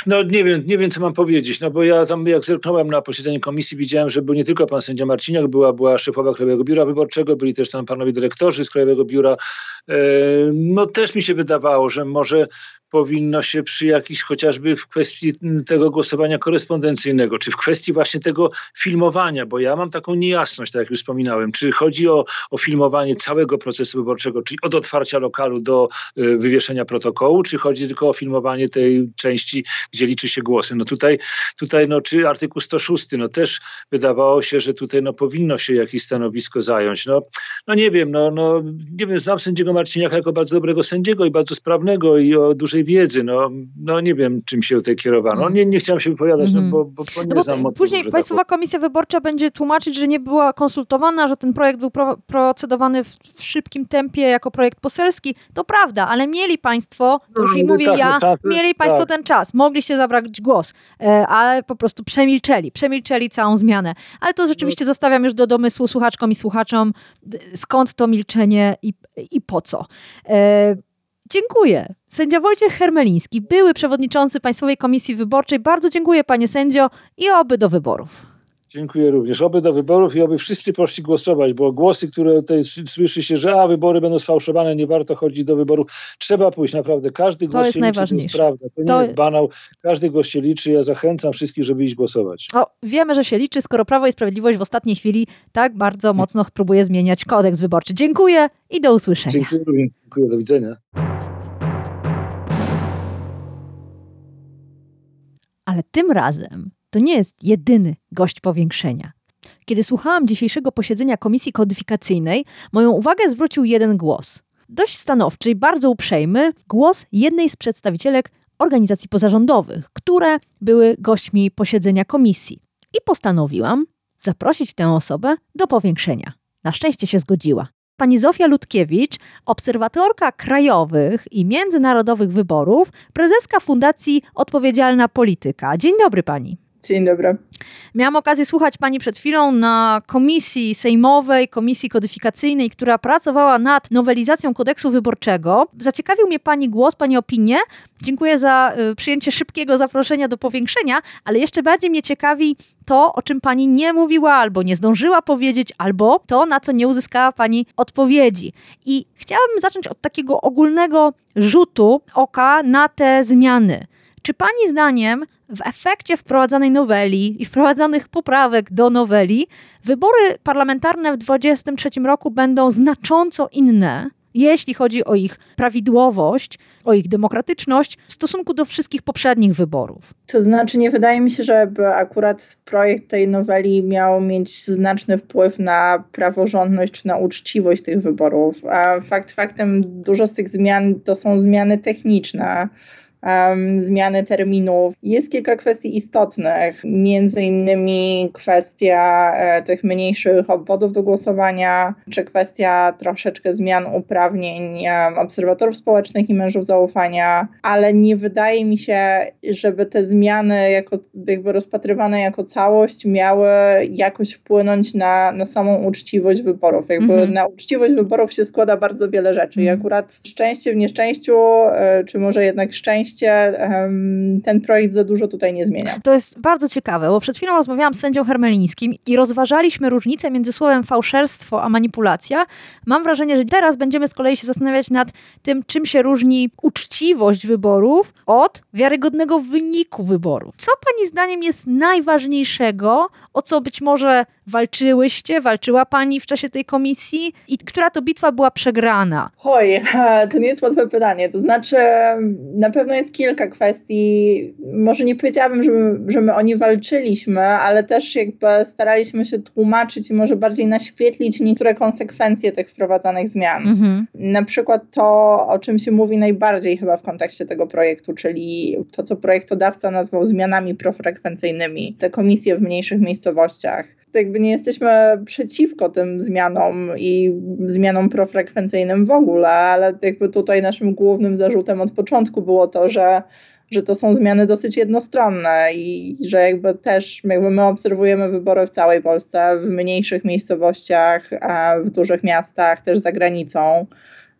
No nie wiem, nie wiem, co mam powiedzieć, no bo ja tam jak zerknąłem na posiedzenie komisji, widziałem, że był nie tylko pan sędzia Marciniak, była, była szefowa Krajowego Biura Wyborczego, byli też tam panowie dyrektorzy z Krajowego Biura. E, no też mi się wydawało, że może powinno się przy jakichś, chociażby w kwestii tego głosowania korespondencyjnego, czy w kwestii właśnie tego filmowania, bo ja mam taką niejasność, tak jak już wspominałem, czy chodzi o, o filmowanie całego procesu wyborczego, czyli od otwarcia lokalu do y, wywieszenia protokołu, czy chodzi tylko o filmowanie tej części, gdzie liczy się głosy. No tutaj, tutaj no, czy artykuł sto szósty, no też wydawało się, że tutaj no, powinno się jakieś stanowisko zająć. No, no nie wiem, no, no nie wiem, znam sędziego Marciniaka jako bardzo dobrego sędziego i bardzo sprawnego i o dużej wiedzy. No, no nie wiem, czym się tutaj kierowano. Nie, nie chciałem się wypowiadać, mm. no, bo, bo, bo nie no bo znam motywu, później że Państwowa tak... Komisja Wyborcza będzie tłumaczyć, że nie była konsultowana, że ten projekt był pro, procedowany w, w szybkim tempie jako projekt poselski. To prawda, ale mieli Państwo, to już no, i mówię tak, ja, tak, mieli Państwo tak. ten czas, mogliście zabrać głos, e, ale po prostu przemilczeli, przemilczeli całą zmianę. Ale to rzeczywiście no. zostawiam już do domysłu słuchaczkom i słuchaczom, skąd to milczenie i, i po co. E, Dziękuję. Sędzia Wojciech Hermeliński, były przewodniczący Państwowej Komisji Wyborczej. Bardzo dziękuję, panie sędzio, i oby do wyborów. Dziękuję również. Oby do wyborów i oby wszyscy poszli głosować, bo głosy, które tutaj słyszy się, że a wybory będą sfałszowane, nie warto chodzić do wyborów. Trzeba pójść, naprawdę. Każdy głos to się jest liczy, to jest prawda. To nie to... jest banał. Każdy głos się liczy. Ja zachęcam wszystkich, żeby iść głosować. O, wiemy, że się liczy, skoro Prawo i Sprawiedliwość w ostatniej chwili tak bardzo mocno próbuje zmieniać kodeks wyborczy. Dziękuję i do usłyszenia. Dziękuję również. Dziękuję. Do widzenia. Ale tym razem to nie jest jedyny gość powiększenia. Kiedy słuchałam dzisiejszego posiedzenia Komisji Kodyfikacyjnej, moją uwagę zwrócił jeden głos. Dość stanowczy i bardzo uprzejmy głos jednej z przedstawicielek organizacji pozarządowych, które były gośćmi posiedzenia komisji. I postanowiłam zaprosić tę osobę do powiększenia. Na szczęście się zgodziła. Pani Zofia Ludkiewicz, obserwatorka krajowych i międzynarodowych wyborów, prezeska Fundacji Odpowiedzialna Polityka. Dzień dobry pani. Dzień dobry. Miałam okazję słuchać pani przed chwilą na komisji sejmowej, komisji kodyfikacyjnej, która pracowała nad nowelizacją kodeksu wyborczego. Zaciekawił mnie pani głos, pani opinię. Dziękuję za y, przyjęcie szybkiego zaproszenia do powiększenia, ale jeszcze bardziej mnie ciekawi to, o czym pani nie mówiła, albo nie zdążyła powiedzieć, albo to, na co nie uzyskała pani odpowiedzi. I chciałabym zacząć od takiego ogólnego rzutu oka na te zmiany. Czy pani zdaniem w efekcie wprowadzanej noweli i wprowadzanych poprawek do noweli wybory parlamentarne w dwudziestym trzecim roku będą znacząco inne, jeśli chodzi o ich prawidłowość, o ich demokratyczność w stosunku do wszystkich poprzednich wyborów? To znaczy, nie wydaje mi się, żeby akurat projekt tej noweli miał mieć znaczny wpływ na praworządność czy na uczciwość tych wyborów. A fakt faktem, dużo z tych zmian to są zmiany techniczne. Um, zmiany terminów. Jest kilka kwestii istotnych, między innymi kwestia e, tych mniejszych obwodów do głosowania, czy kwestia troszeczkę zmian uprawnień e, obserwatorów społecznych i mężów zaufania, ale nie wydaje mi się, żeby te zmiany jako, jakby rozpatrywane jako całość miały jakoś wpłynąć na, na samą uczciwość wyborów. Jakby mhm. Na uczciwość wyborów się składa bardzo wiele rzeczy mhm. i akurat szczęście w nieszczęściu, e, czy może jednak szczęście ten projekt za dużo tutaj nie zmienia. To jest bardzo ciekawe, bo przed chwilą rozmawiałam z sędzią Hermelińskim i rozważaliśmy różnicę między słowem fałszerstwo a manipulacja. Mam wrażenie, że teraz będziemy z kolei się zastanawiać nad tym, czym się różni uczciwość wyborów od wiarygodnego wyniku wyborów. Co pani zdaniem jest najważniejszego, o co być może walczyłyście, walczyła pani w czasie tej komisji i która to bitwa była przegrana? Oj, to nie jest łatwe pytanie. To znaczy, na pewno jest kilka kwestii. Może nie powiedziałabym, że my, że my o nie walczyliśmy, ale też jakby staraliśmy się tłumaczyć i może bardziej naświetlić niektóre konsekwencje tych wprowadzanych zmian. Mhm. Na przykład to, o czym się mówi najbardziej chyba w kontekście tego projektu, czyli to, co projektodawca nazwał zmianami profrekwencyjnymi. Te komisje w mniejszych miejscowościach. Jakby nie jesteśmy przeciwko tym zmianom i zmianom profrekwencyjnym w ogóle, ale jakby tutaj naszym głównym zarzutem od początku było to, że, że to są zmiany dosyć jednostronne i że jakby też jakby my obserwujemy wybory w całej Polsce, w mniejszych miejscowościach, w dużych miastach, też za granicą.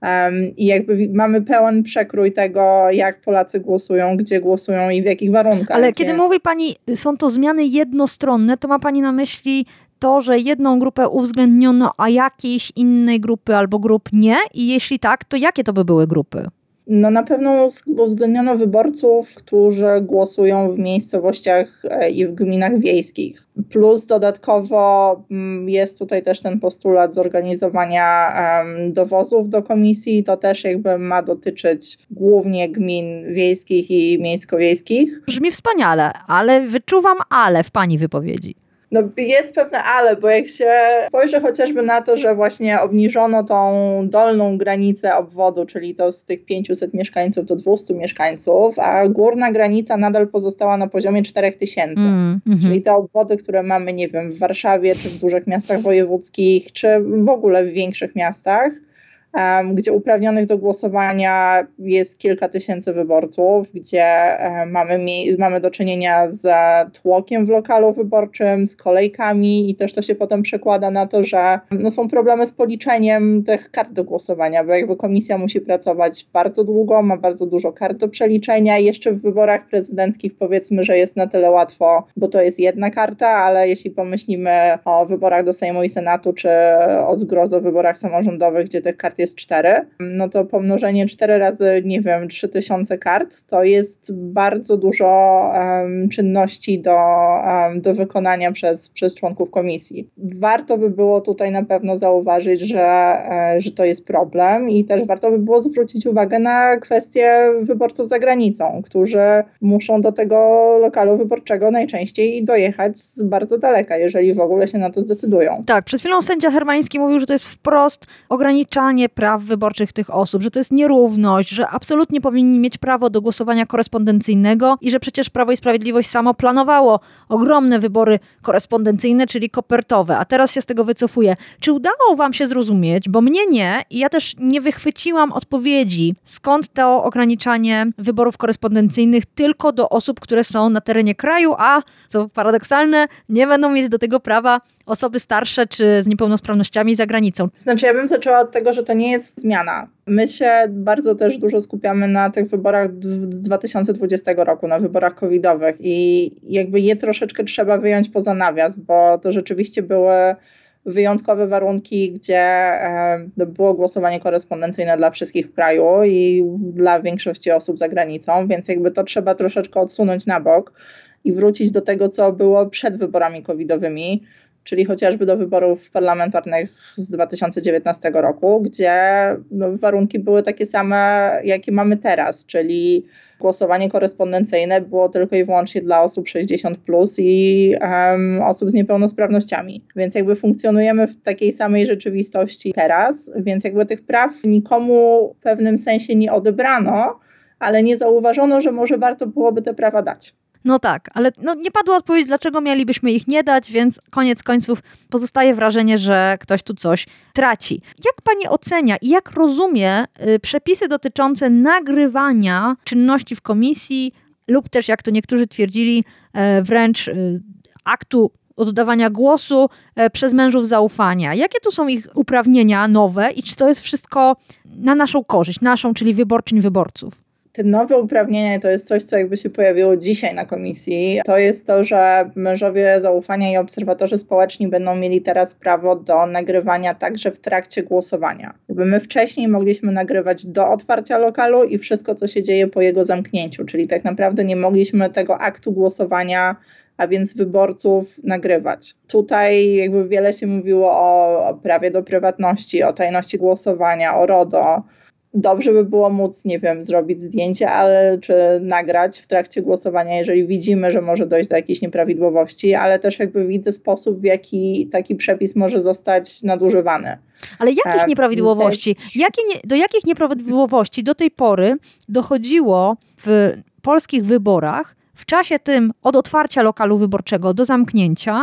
Um, I jakby mamy pełen przekrój tego, jak Polacy głosują, gdzie głosują i w jakich warunkach. Ale więc... kiedy mówi pani, są to zmiany jednostronne, to ma pani na myśli to, że jedną grupę uwzględniono, a jakiejś innej grupy albo grup nie? I jeśli tak, to jakie to by były grupy? No na pewno uwzględniono wyborców, którzy głosują w miejscowościach i w gminach wiejskich. Plus dodatkowo jest tutaj też ten postulat zorganizowania um, dowozów do komisji. To też jakby ma dotyczyć głównie gmin wiejskich i miejsko-wiejskich. Brzmi wspaniale, ale wyczuwam ale w pani wypowiedzi. No jest pewne ale, bo jak się spojrzy chociażby na to, że właśnie obniżono tą dolną granicę obwodu, czyli to z tych pięciuset mieszkańców do dwustu mieszkańców, a górna granica nadal pozostała na poziomie czterech tysięcy. Mm, czyli te obwody, które mamy, nie wiem, w Warszawie, czy w dużych miastach wojewódzkich, czy w ogóle w większych miastach, Um, gdzie uprawnionych do głosowania jest kilka tysięcy wyborców, gdzie um, mamy, mi- mamy do czynienia z tłokiem w lokalu wyborczym, z kolejkami i też to się potem przekłada na to, że no, są problemy z policzeniem tych kart do głosowania, bo jakby komisja musi pracować bardzo długo, ma bardzo dużo kart do przeliczenia i jeszcze w wyborach prezydenckich powiedzmy, że jest na tyle łatwo, bo to jest jedna karta, ale jeśli pomyślimy o wyborach do Sejmu i Senatu, czy o zgrozo wyborach samorządowych, gdzie tych kart jest cztery, no to pomnożenie cztery razy, nie wiem, trzy tysiące kart, to jest bardzo dużo um, czynności do, um, do wykonania przez, przez członków komisji. Warto by było tutaj na pewno zauważyć, że, e, że to jest problem i też warto by było zwrócić uwagę na kwestię wyborców za granicą, którzy muszą do tego lokalu wyborczego najczęściej dojechać z bardzo daleka, jeżeli w ogóle się na to zdecydują. Tak, przed chwilą sędzia Hermański mówił, że to jest wprost ograniczanie praw wyborczych tych osób, że to jest nierówność, że absolutnie powinni mieć prawo do głosowania korespondencyjnego i że przecież Prawo i Sprawiedliwość samo planowało ogromne wybory korespondencyjne, czyli kopertowe, a teraz się z tego wycofuje. Czy udało wam się zrozumieć, bo mnie nie i ja też nie wychwyciłam odpowiedzi, skąd to ograniczanie wyborów korespondencyjnych tylko do osób, które są na terenie kraju, a co paradoksalne, nie będą mieć do tego prawa osoby starsze czy z niepełnosprawnościami za granicą. Znaczy ja bym zaczęła od tego, że to nie jest zmiana. My się bardzo też dużo skupiamy na tych wyborach z dwa tysiące dwudziestego roku, na wyborach covidowych i jakby je troszeczkę trzeba wyjąć poza nawias, bo to rzeczywiście były wyjątkowe warunki, gdzie e, było głosowanie korespondencyjne dla wszystkich w kraju i dla większości osób za granicą, więc jakby to trzeba troszeczkę odsunąć na bok i wrócić do tego, co było przed wyborami covidowymi, czyli chociażby do wyborów parlamentarnych z dwa tysiące dziewiętnastego roku, gdzie no, warunki były takie same, jakie mamy teraz, czyli głosowanie korespondencyjne było tylko i wyłącznie dla osób sześćdziesiąt plus i um, osób z niepełnosprawnościami. Więc jakby funkcjonujemy w takiej samej rzeczywistości teraz, więc jakby tych praw nikomu w pewnym sensie nie odebrano, ale nie zauważono, że może warto byłoby te prawa dać. No tak, ale no nie padła odpowiedź, dlaczego mielibyśmy ich nie dać, więc koniec końców pozostaje wrażenie, że ktoś tu coś traci. Jak pani ocenia i jak rozumie y, przepisy dotyczące nagrywania czynności w komisji lub też, jak to niektórzy twierdzili, y, wręcz y, aktu oddawania głosu y, przez mężów zaufania? Jakie tu są ich uprawnienia nowe i czy to jest wszystko na naszą korzyść, naszą, czyli wyborczyń, wyborców? Te nowe uprawnienia to jest coś, co jakby się pojawiło dzisiaj na komisji. To jest to, że mężowie zaufania i obserwatorzy społeczni będą mieli teraz prawo do nagrywania także w trakcie głosowania. Jakby my wcześniej mogliśmy nagrywać do otwarcia lokalu i wszystko, co się dzieje po jego zamknięciu, czyli tak naprawdę nie mogliśmy tego aktu głosowania, a więc wyborców, nagrywać. Tutaj jakby wiele się mówiło o, o prawie do prywatności, o tajności głosowania, o RODO. Dobrze by było móc, nie wiem, zrobić zdjęcie, ale czy nagrać w trakcie głosowania, jeżeli widzimy, że może dojść do jakiejś nieprawidłowości, ale też jakby widzę sposób, w jaki taki przepis może zostać nadużywany. Ale jakich nieprawidłowości? Jakie nie, do jakich nieprawidłowości do tej pory dochodziło w polskich wyborach w czasie tym od otwarcia lokalu wyborczego do zamknięcia,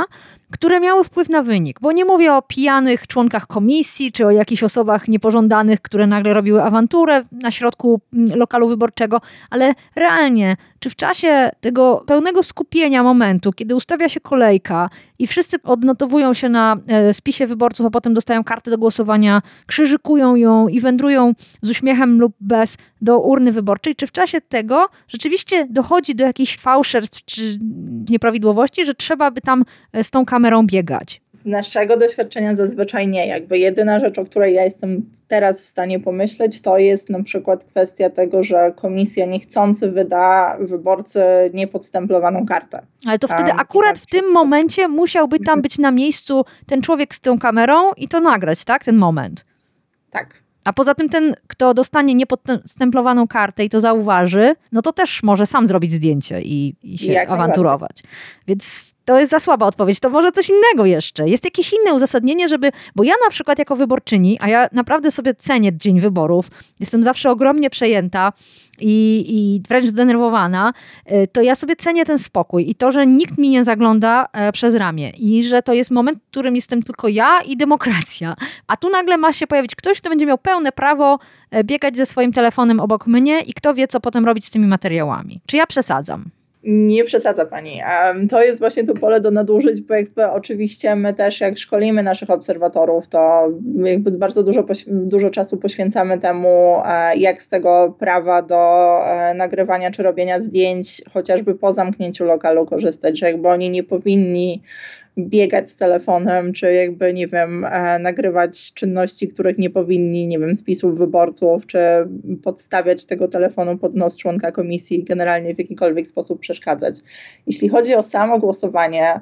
które miały wpływ na wynik. Bo nie mówię o pijanych członkach komisji, czy o jakichś osobach niepożądanych, które nagle robiły awanturę na środku lokalu wyborczego, ale realnie, czy w czasie tego pełnego skupienia momentu, kiedy ustawia się kolejka i wszyscy odnotowują się na spisie wyborców, a potem dostają kartę do głosowania, krzyżykują ją i wędrują z uśmiechem lub bez do urny wyborczej, czy w czasie tego rzeczywiście dochodzi do jakichś fałszerstw czy nieprawidłowości, że trzeba by tam z tą kamerą biegać? Z naszego doświadczenia zazwyczaj nie. Jakby jedyna rzecz, o której ja jestem teraz w stanie pomyśleć, to jest na przykład kwestia tego, że komisja niechcący wyda wyborcy niepodstemplowaną kartę. Ale to wtedy Um, akurat tak w tym momencie musiałby tam być na miejscu ten człowiek z tą kamerą i to nagrać, tak? Ten moment. Tak. A poza tym ten, kto dostanie niepodstemplowaną kartę i to zauważy, no to też może sam zrobić zdjęcie i, i się Jak awanturować. Więc to jest za słaba odpowiedź. To może coś innego jeszcze. Jest jakieś inne uzasadnienie, żeby... Bo ja na przykład jako wyborczyni, a ja naprawdę sobie cenię dzień wyborów, jestem zawsze ogromnie przejęta i, i wręcz zdenerwowana, to ja sobie cenię ten spokój i to, że nikt mi nie zagląda przez ramię i że to jest moment, w którym jestem tylko ja i demokracja. A tu nagle ma się pojawić ktoś, kto będzie miał pełne prawo biegać ze swoim telefonem obok mnie i kto wie, co potem robić z tymi materiałami. Czy ja przesadzam? Nie przesadza pani. To jest właśnie to pole do nadużyć, bo jakby oczywiście my też jak szkolimy naszych obserwatorów, to jakby bardzo dużo, dużo czasu poświęcamy temu, jak z tego prawa do nagrywania czy robienia zdjęć, chociażby po zamknięciu lokalu korzystać, że jakby oni nie powinni biegać z telefonem, czy jakby, nie wiem, e, nagrywać czynności, których nie powinni, nie wiem, spisów wyborców, czy podstawiać tego telefonu pod nos członka komisji, generalnie w jakikolwiek sposób przeszkadzać. Jeśli chodzi o samo głosowanie,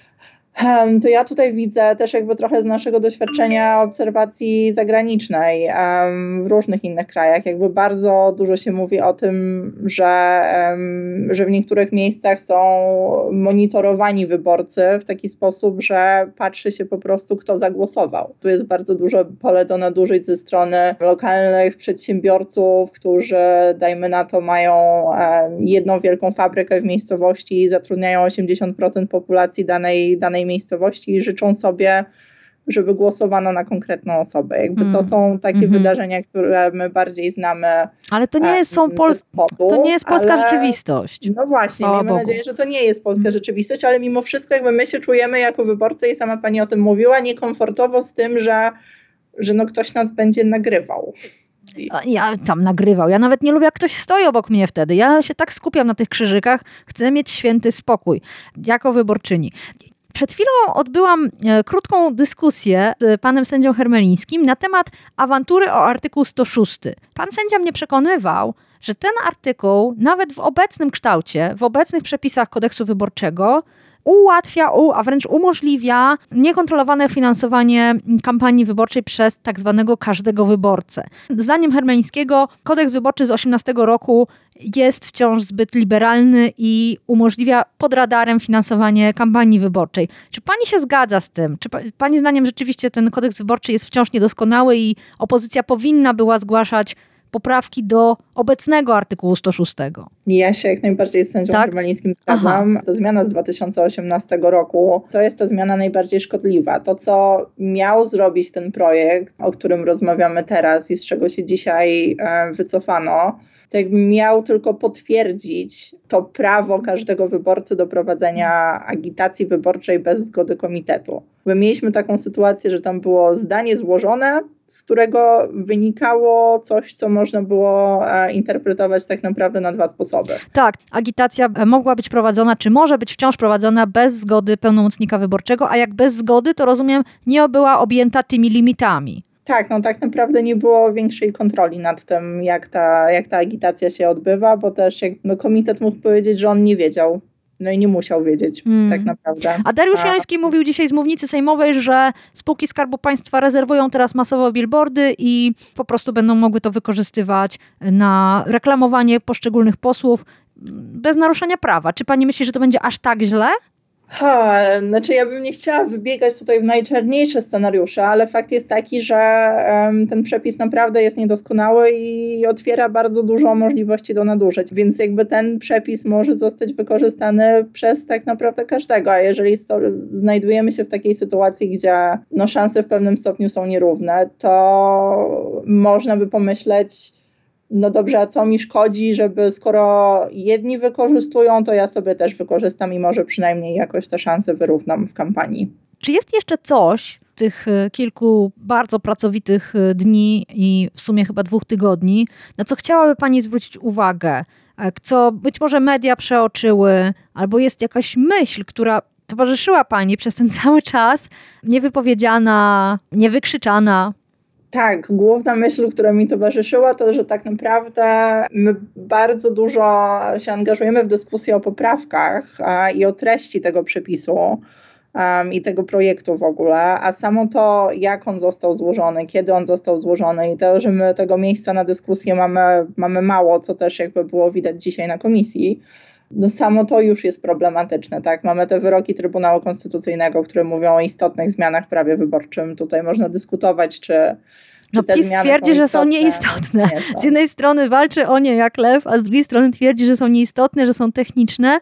um, to ja tutaj widzę też jakby trochę z naszego doświadczenia obserwacji zagranicznej um, w różnych innych krajach. Jakby bardzo dużo się mówi o tym, że, um, że w niektórych miejscach są monitorowani wyborcy w taki sposób, że patrzy się po prostu, kto zagłosował. Tu jest bardzo duże pole do nadużyć ze strony lokalnych przedsiębiorców, którzy, dajmy na to, mają um, jedną wielką fabrykę w miejscowości i zatrudniają osiemdziesiąt procent populacji danej, danej miejscowości i życzą sobie, żeby głosowano na konkretną osobę. Jakby mm. to są takie mm-hmm. wydarzenia, które my bardziej znamy. Ale to nie jest, są Pol- spodu, to nie jest polska ale, rzeczywistość. No właśnie, o miejmy Bogu. nadzieję, że to nie jest polska mm. rzeczywistość, ale mimo wszystko jakby my się czujemy jako wyborcy i sama pani o tym mówiła, niekomfortowo z tym, że, że no ktoś nas będzie nagrywał. Ja tam nagrywał. Ja nawet nie lubię, jak ktoś stoi obok mnie wtedy. Ja się tak skupiam na tych krzyżykach. Chcę mieć święty spokój jako wyborczyni. Przed chwilą odbyłam e, krótką dyskusję z panem sędzią Hermelińskim na temat awantury o artykuł sto sześć. Pan sędzia mnie przekonywał, że ten artykuł nawet w obecnym kształcie, w obecnych przepisach kodeksu wyborczego ułatwia, a wręcz umożliwia niekontrolowane finansowanie kampanii wyborczej przez tak zwanego każdego wyborcę. Zdaniem Hermelińskiego kodeks wyborczy z osiemnastego roku jest wciąż zbyt liberalny i umożliwia pod radarem finansowanie kampanii wyborczej. Czy pani się zgadza z tym? Czy pani zdaniem rzeczywiście ten kodeks wyborczy jest wciąż niedoskonały i opozycja powinna była zgłaszać poprawki do obecnego artykułu sto sześć? Ja się jak najbardziej z sędzią tak? Hermelińskim zgadzam. Ta zmiana z dwa tysiące osiemnastego roku to jest ta zmiana najbardziej szkodliwa. To, co miał zrobić ten projekt, o którym rozmawiamy teraz i z czego się dzisiaj e, wycofano, to jakby miał tylko potwierdzić to prawo każdego wyborcy do prowadzenia agitacji wyborczej bez zgody komitetu. My mieliśmy taką sytuację, że tam było zdanie złożone, z którego wynikało coś, co można było e, interpretować tak naprawdę na dwa sposoby. Tak, agitacja mogła być prowadzona, czy może być wciąż prowadzona bez zgody pełnomocnika wyborczego, a jak bez zgody, to rozumiem, nie była objęta tymi limitami. Tak, no tak naprawdę nie było większej kontroli nad tym, jak ta, jak ta agitacja się odbywa, bo też jak, no, komitet mógł powiedzieć, że on nie wiedział. No i nie musiał wiedzieć, hmm. tak naprawdę. A Dariusz Joński mówił dzisiaj z mównicy sejmowej, że spółki Skarbu Państwa rezerwują teraz masowo billboardy i po prostu będą mogły to wykorzystywać na reklamowanie poszczególnych posłów bez naruszenia prawa. Czy pani myśli, że to będzie aż tak źle? Ha, znaczy ja bym nie chciała wybiegać tutaj w najczarniejsze scenariusze, ale fakt jest taki, że um, ten przepis naprawdę jest niedoskonały i otwiera bardzo dużo możliwości do nadużyć, więc jakby ten przepis może zostać wykorzystany przez tak naprawdę każdego, a jeżeli sto- znajdujemy się w takiej sytuacji, gdzie no, szanse w pewnym stopniu są nierówne, to można by pomyśleć, no dobrze, a co mi szkodzi, żeby skoro jedni wykorzystują, to ja sobie też wykorzystam i może przynajmniej jakoś te szanse wyrównam w kampanii. Czy jest jeszcze coś tych kilku bardzo pracowitych dni i w sumie chyba dwóch tygodni, na co chciałaby Pani zwrócić uwagę, co być może media przeoczyły, albo jest jakaś myśl, która towarzyszyła Pani przez ten cały czas, niewypowiedziana, niewykrzyczana? Tak, główna myśl, która mi towarzyszyła, to, że tak naprawdę my bardzo dużo się angażujemy w dyskusję o poprawkach a, i o treści tego przepisu um, i tego projektu w ogóle, a samo to, jak on został złożony, kiedy on został złożony i to, że my tego miejsca na dyskusję mamy, mamy mało, co też jakby było widać dzisiaj na komisji, no samo to już jest problematyczne, tak? Mamy te wyroki Trybunału Konstytucyjnego, które mówią o istotnych zmianach w prawie wyborczym. Tutaj można dyskutować, czy, czy no te PiS zmiany twierdzi, są że są istotne. nieistotne. Nie są. Z jednej strony walczy o nie jak lew, a z drugiej strony twierdzi, że są nieistotne, że są techniczne,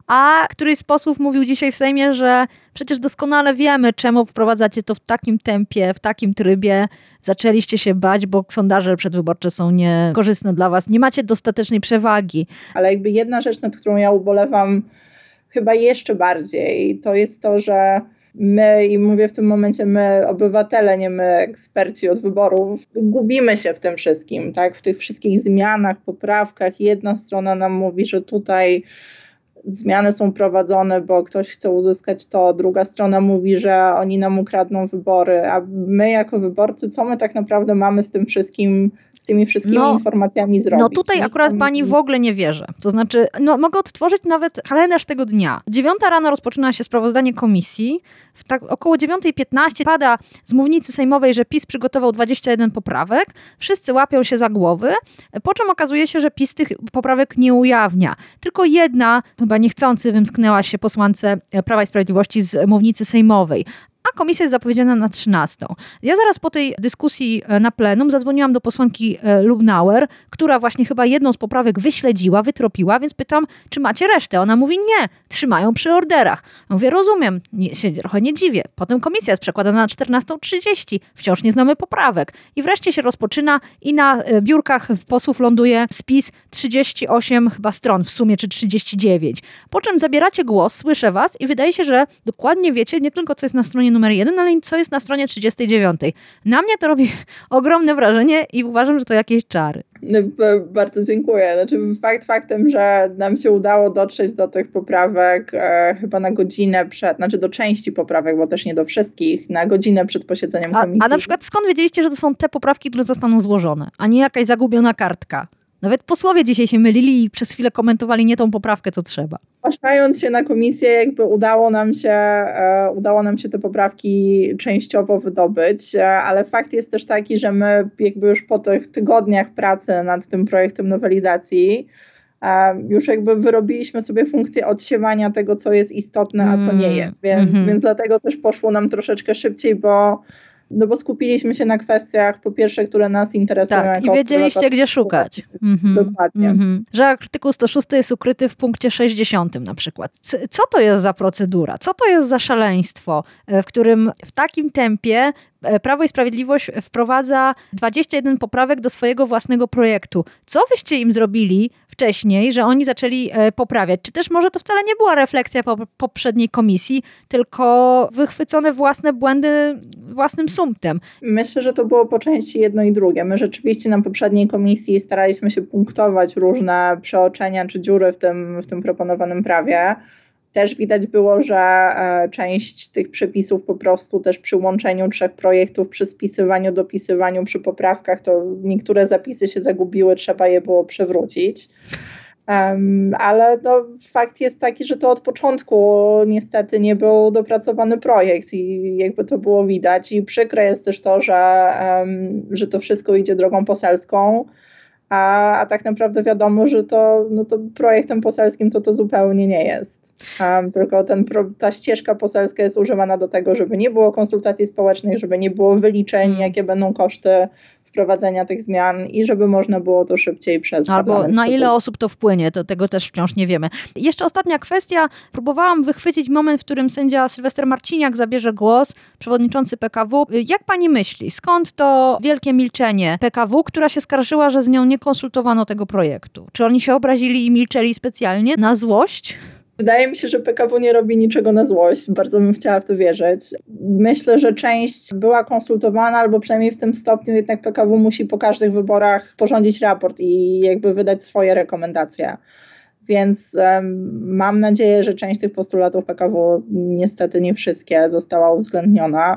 a któryś z posłów mówił dzisiaj w Sejmie, że przecież doskonale wiemy, czemu wprowadzacie to w takim tempie, w takim trybie. Zaczęliście się bać, bo sondaże przedwyborcze są niekorzystne dla was. Nie macie dostatecznej przewagi. Ale jakby jedna rzecz, nad którą ja ubolewam chyba jeszcze bardziej, to jest to, że my, i mówię w tym momencie my obywatele, nie my eksperci od wyborów, gubimy się w tym wszystkim, tak? W tych wszystkich zmianach, poprawkach. Jedna strona nam mówi, że tutaj zmiany są prowadzone, bo ktoś chce uzyskać to, druga strona mówi, że oni nam ukradną wybory, a my jako wyborcy, co my tak naprawdę mamy z tym wszystkim, z tymi wszystkimi no, informacjami zrobić? No tutaj akurat Pani w ogóle nie wierzę. To znaczy, no mogę odtworzyć nawet kalendarz tego dnia. Dziewiąta rano rozpoczyna się sprawozdanie komisji. W tak około dziewiątej piętnaście pada z mównicy sejmowej, że PiS przygotował dwadzieścia jeden poprawek. Wszyscy łapią się za głowy, po czym okazuje się, że PiS tych poprawek nie ujawnia. Tylko jedna, chyba niechcący, wymsknęła się posłance Prawa i Sprawiedliwości z mównicy sejmowej. A komisja jest zapowiedziana na trzynastą. Ja zaraz po tej dyskusji na plenum zadzwoniłam do posłanki Lubnauer, która właśnie chyba jedną z poprawek wyśledziła, wytropiła, więc pytam, czy macie resztę? Ona mówi nie, trzymają przy orderach. Ja mówię, rozumiem, nie, się trochę nie dziwię. Potem komisja jest przekładana na czternastą trzydzieści, wciąż nie znamy poprawek. I wreszcie się rozpoczyna i na biurkach posłów ląduje spis trzydzieści osiem chyba stron w sumie, czy trzydzieści dziewięć. Po czym zabieracie głos, słyszę was i wydaje się, że dokładnie wiecie nie tylko co jest na stronie numer jeden, ale co jest na stronie trzydziestej dziewiątej. Na mnie to robi ogromne wrażenie i uważam, że to jakieś czary. Bardzo dziękuję. Znaczy fakt faktem, że nam się udało dotrzeć do tych poprawek e, chyba na godzinę przed, znaczy do części poprawek, bo też nie do wszystkich, na godzinę przed posiedzeniem komisji. A, a na przykład skąd wiedzieliście, że to są te poprawki, które zostaną złożone, a nie jakaś zagubiona kartka? Nawet posłowie dzisiaj się mylili i przez chwilę komentowali nie tą poprawkę, co trzeba. Zgłaszając się na komisję, jakby udało nam się, e, udało nam się te poprawki częściowo wydobyć, e, ale fakt jest też taki, że my jakby już po tych tygodniach pracy nad tym projektem nowelizacji e, już jakby wyrobiliśmy sobie funkcję odsiewania tego, co jest istotne, a co nie jest. Więc, mm-hmm. więc dlatego też poszło nam troszeczkę szybciej, bo No bo skupiliśmy się na kwestiach, po pierwsze, które nas interesują. Tak, i wiedzieliście, gdzie szukać. Mm-hmm. Dokładnie. Mm-hmm. Że artykuł sto szósty jest ukryty w punkcie sześćdziesiątym na przykład. Co to jest za procedura? Co to jest za szaleństwo, w którym w takim tempie Prawo i Sprawiedliwość wprowadza dwadzieścia jeden poprawek do swojego własnego projektu. Co wyście im zrobili wcześniej, że oni zaczęli poprawiać? Czy też może to wcale nie była refleksja po poprzedniej komisji, tylko wychwycone własne błędy własnym sumptem? Myślę, że to było po części jedno i drugie. My rzeczywiście na poprzedniej komisji staraliśmy się punktować różne przeoczenia czy dziury w tym, w tym proponowanym prawie. Też widać było, że e, część tych przepisów po prostu też przy łączeniu trzech projektów, przy spisywaniu, dopisywaniu, przy poprawkach, to niektóre zapisy się zagubiły, trzeba je było przewrócić. Um, ale no, fakt jest taki, że to od początku niestety nie był dopracowany projekt i jakby to było widać. I przykre jest też to, że, um, że to wszystko idzie drogą poselską. a, a tak naprawdę wiadomo, że to, no to projektem poselskim to to zupełnie nie jest. Um, tylko ten, ta ścieżka poselska jest używana do tego, żeby nie było konsultacji społecznych, żeby nie było wyliczeń, hmm. jakie będą koszty wprowadzenia tych zmian i żeby można było to szybciej przez Albo na ile osób to wpłynie, to tego też wciąż nie wiemy. Jeszcze ostatnia kwestia. Próbowałam wychwycić moment, w którym sędzia Sylwester Marciniak zabierze głos, przewodniczący P K W. Jak pani myśli, skąd to wielkie milczenie P K W, która się skarżyła, że z nią nie konsultowano tego projektu? Czy oni się obrazili i milczeli specjalnie na złość? Wydaje mi się, że P K W nie robi niczego na złość. Bardzo bym chciała w to wierzyć. Myślę, że część była konsultowana, albo przynajmniej w tym stopniu jednak P K W musi po każdych wyborach porządzić raport i jakby wydać swoje rekomendacje. Więc um, mam nadzieję, że część tych postulatów P K W, niestety nie wszystkie, została uwzględniona.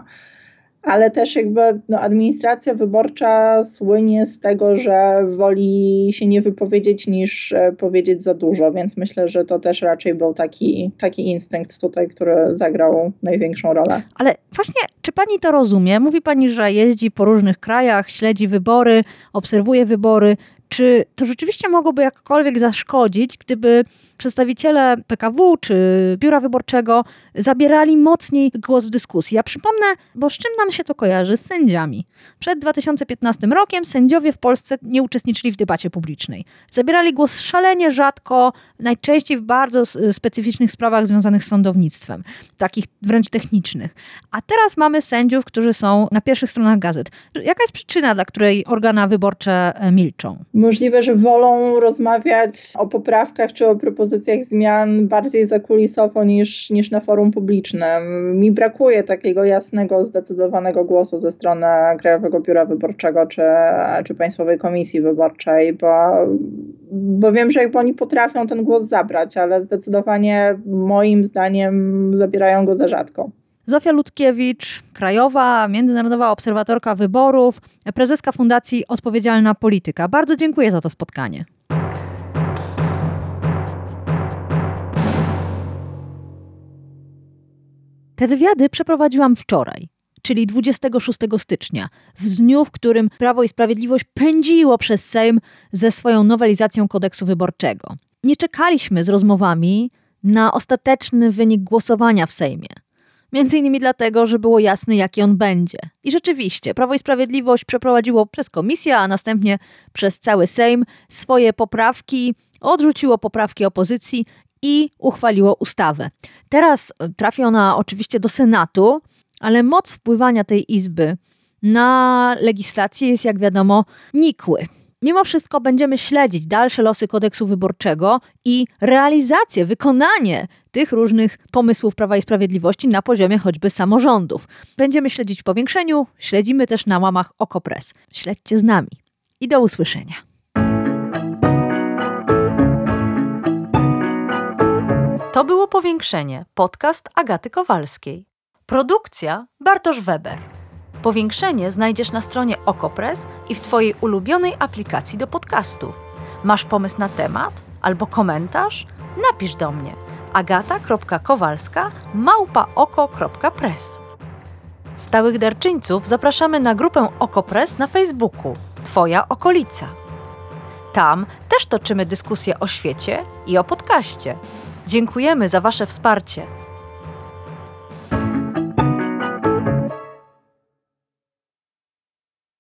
Ale też jakby no, administracja wyborcza słynie z tego, że woli się nie wypowiedzieć niż e, powiedzieć za dużo, więc myślę, że to też raczej był taki, taki instynkt tutaj, który zagrał największą rolę. Ale właśnie, czy pani to rozumie? Mówi pani, że jeździ po różnych krajach, śledzi wybory, obserwuje wybory. Czy to rzeczywiście mogłoby jakkolwiek zaszkodzić, gdyby przedstawiciele P K W czy Biura Wyborczego zabierali mocniej głos w dyskusji? Ja przypomnę, bo z czym nam się to kojarzy? Z sędziami. Przed dwa tysiące piętnastym rokiem sędziowie w Polsce nie uczestniczyli w debacie publicznej. Zabierali głos szalenie rzadko, najczęściej w bardzo specyficznych sprawach związanych z sądownictwem, takich wręcz technicznych. A teraz mamy sędziów, którzy są na pierwszych stronach gazet. Jaka jest przyczyna, dla której organa wyborcze milczą? Możliwe, że wolą rozmawiać o poprawkach czy o propozycjach zmian bardziej zakulisowo niż, niż na forum publicznym. Mi brakuje takiego jasnego, zdecydowanego głosu ze strony Krajowego Biura Wyborczego czy, czy Państwowej Komisji Wyborczej, bo, bo wiem, że jakby oni potrafią ten głos zabrać, ale zdecydowanie moim zdaniem zabierają go za rzadko. Zofia Ludkiewicz, krajowa, międzynarodowa obserwatorka wyborów, prezeska Fundacji Odpowiedzialna Polityka. Bardzo dziękuję za to spotkanie. Te wywiady przeprowadziłam wczoraj, czyli dwudziestego szóstego stycznia, w dniu, w którym Prawo i Sprawiedliwość pędziło przez Sejm ze swoją nowelizacją kodeksu wyborczego. Nie czekaliśmy z rozmowami na ostateczny wynik głosowania w Sejmie. Między innymi dlatego, że było jasne, jaki on będzie. I rzeczywiście, Prawo i Sprawiedliwość przeprowadziło przez komisję, a następnie przez cały Sejm swoje poprawki, odrzuciło poprawki opozycji i uchwaliło ustawę. Teraz trafi ona oczywiście do Senatu, ale moc wpływania tej Izby na legislację jest, jak wiadomo, nikły. Mimo wszystko będziemy śledzić dalsze losy kodeksu wyborczego i realizację, wykonanie tych różnych pomysłów Prawa i Sprawiedliwości na poziomie choćby samorządów. Będziemy śledzić w powiększeniu, śledzimy też na łamach Okopres. Śledźcie z nami i do usłyszenia. To było Powiększenie, podcast Agaty Kowalskiej. Produkcja Bartosz Weber. Powiększenie znajdziesz na stronie Okopres i w Twojej ulubionej aplikacji do podcastów. Masz pomysł na temat albo komentarz? Napisz do mnie agata kropka kowalska małpa oko kropka press. Stałych darczyńców zapraszamy na grupę Okopres na Facebooku Twoja okolica. Tam też toczymy dyskusje o świecie i o podcaście. Dziękujemy za Wasze wsparcie.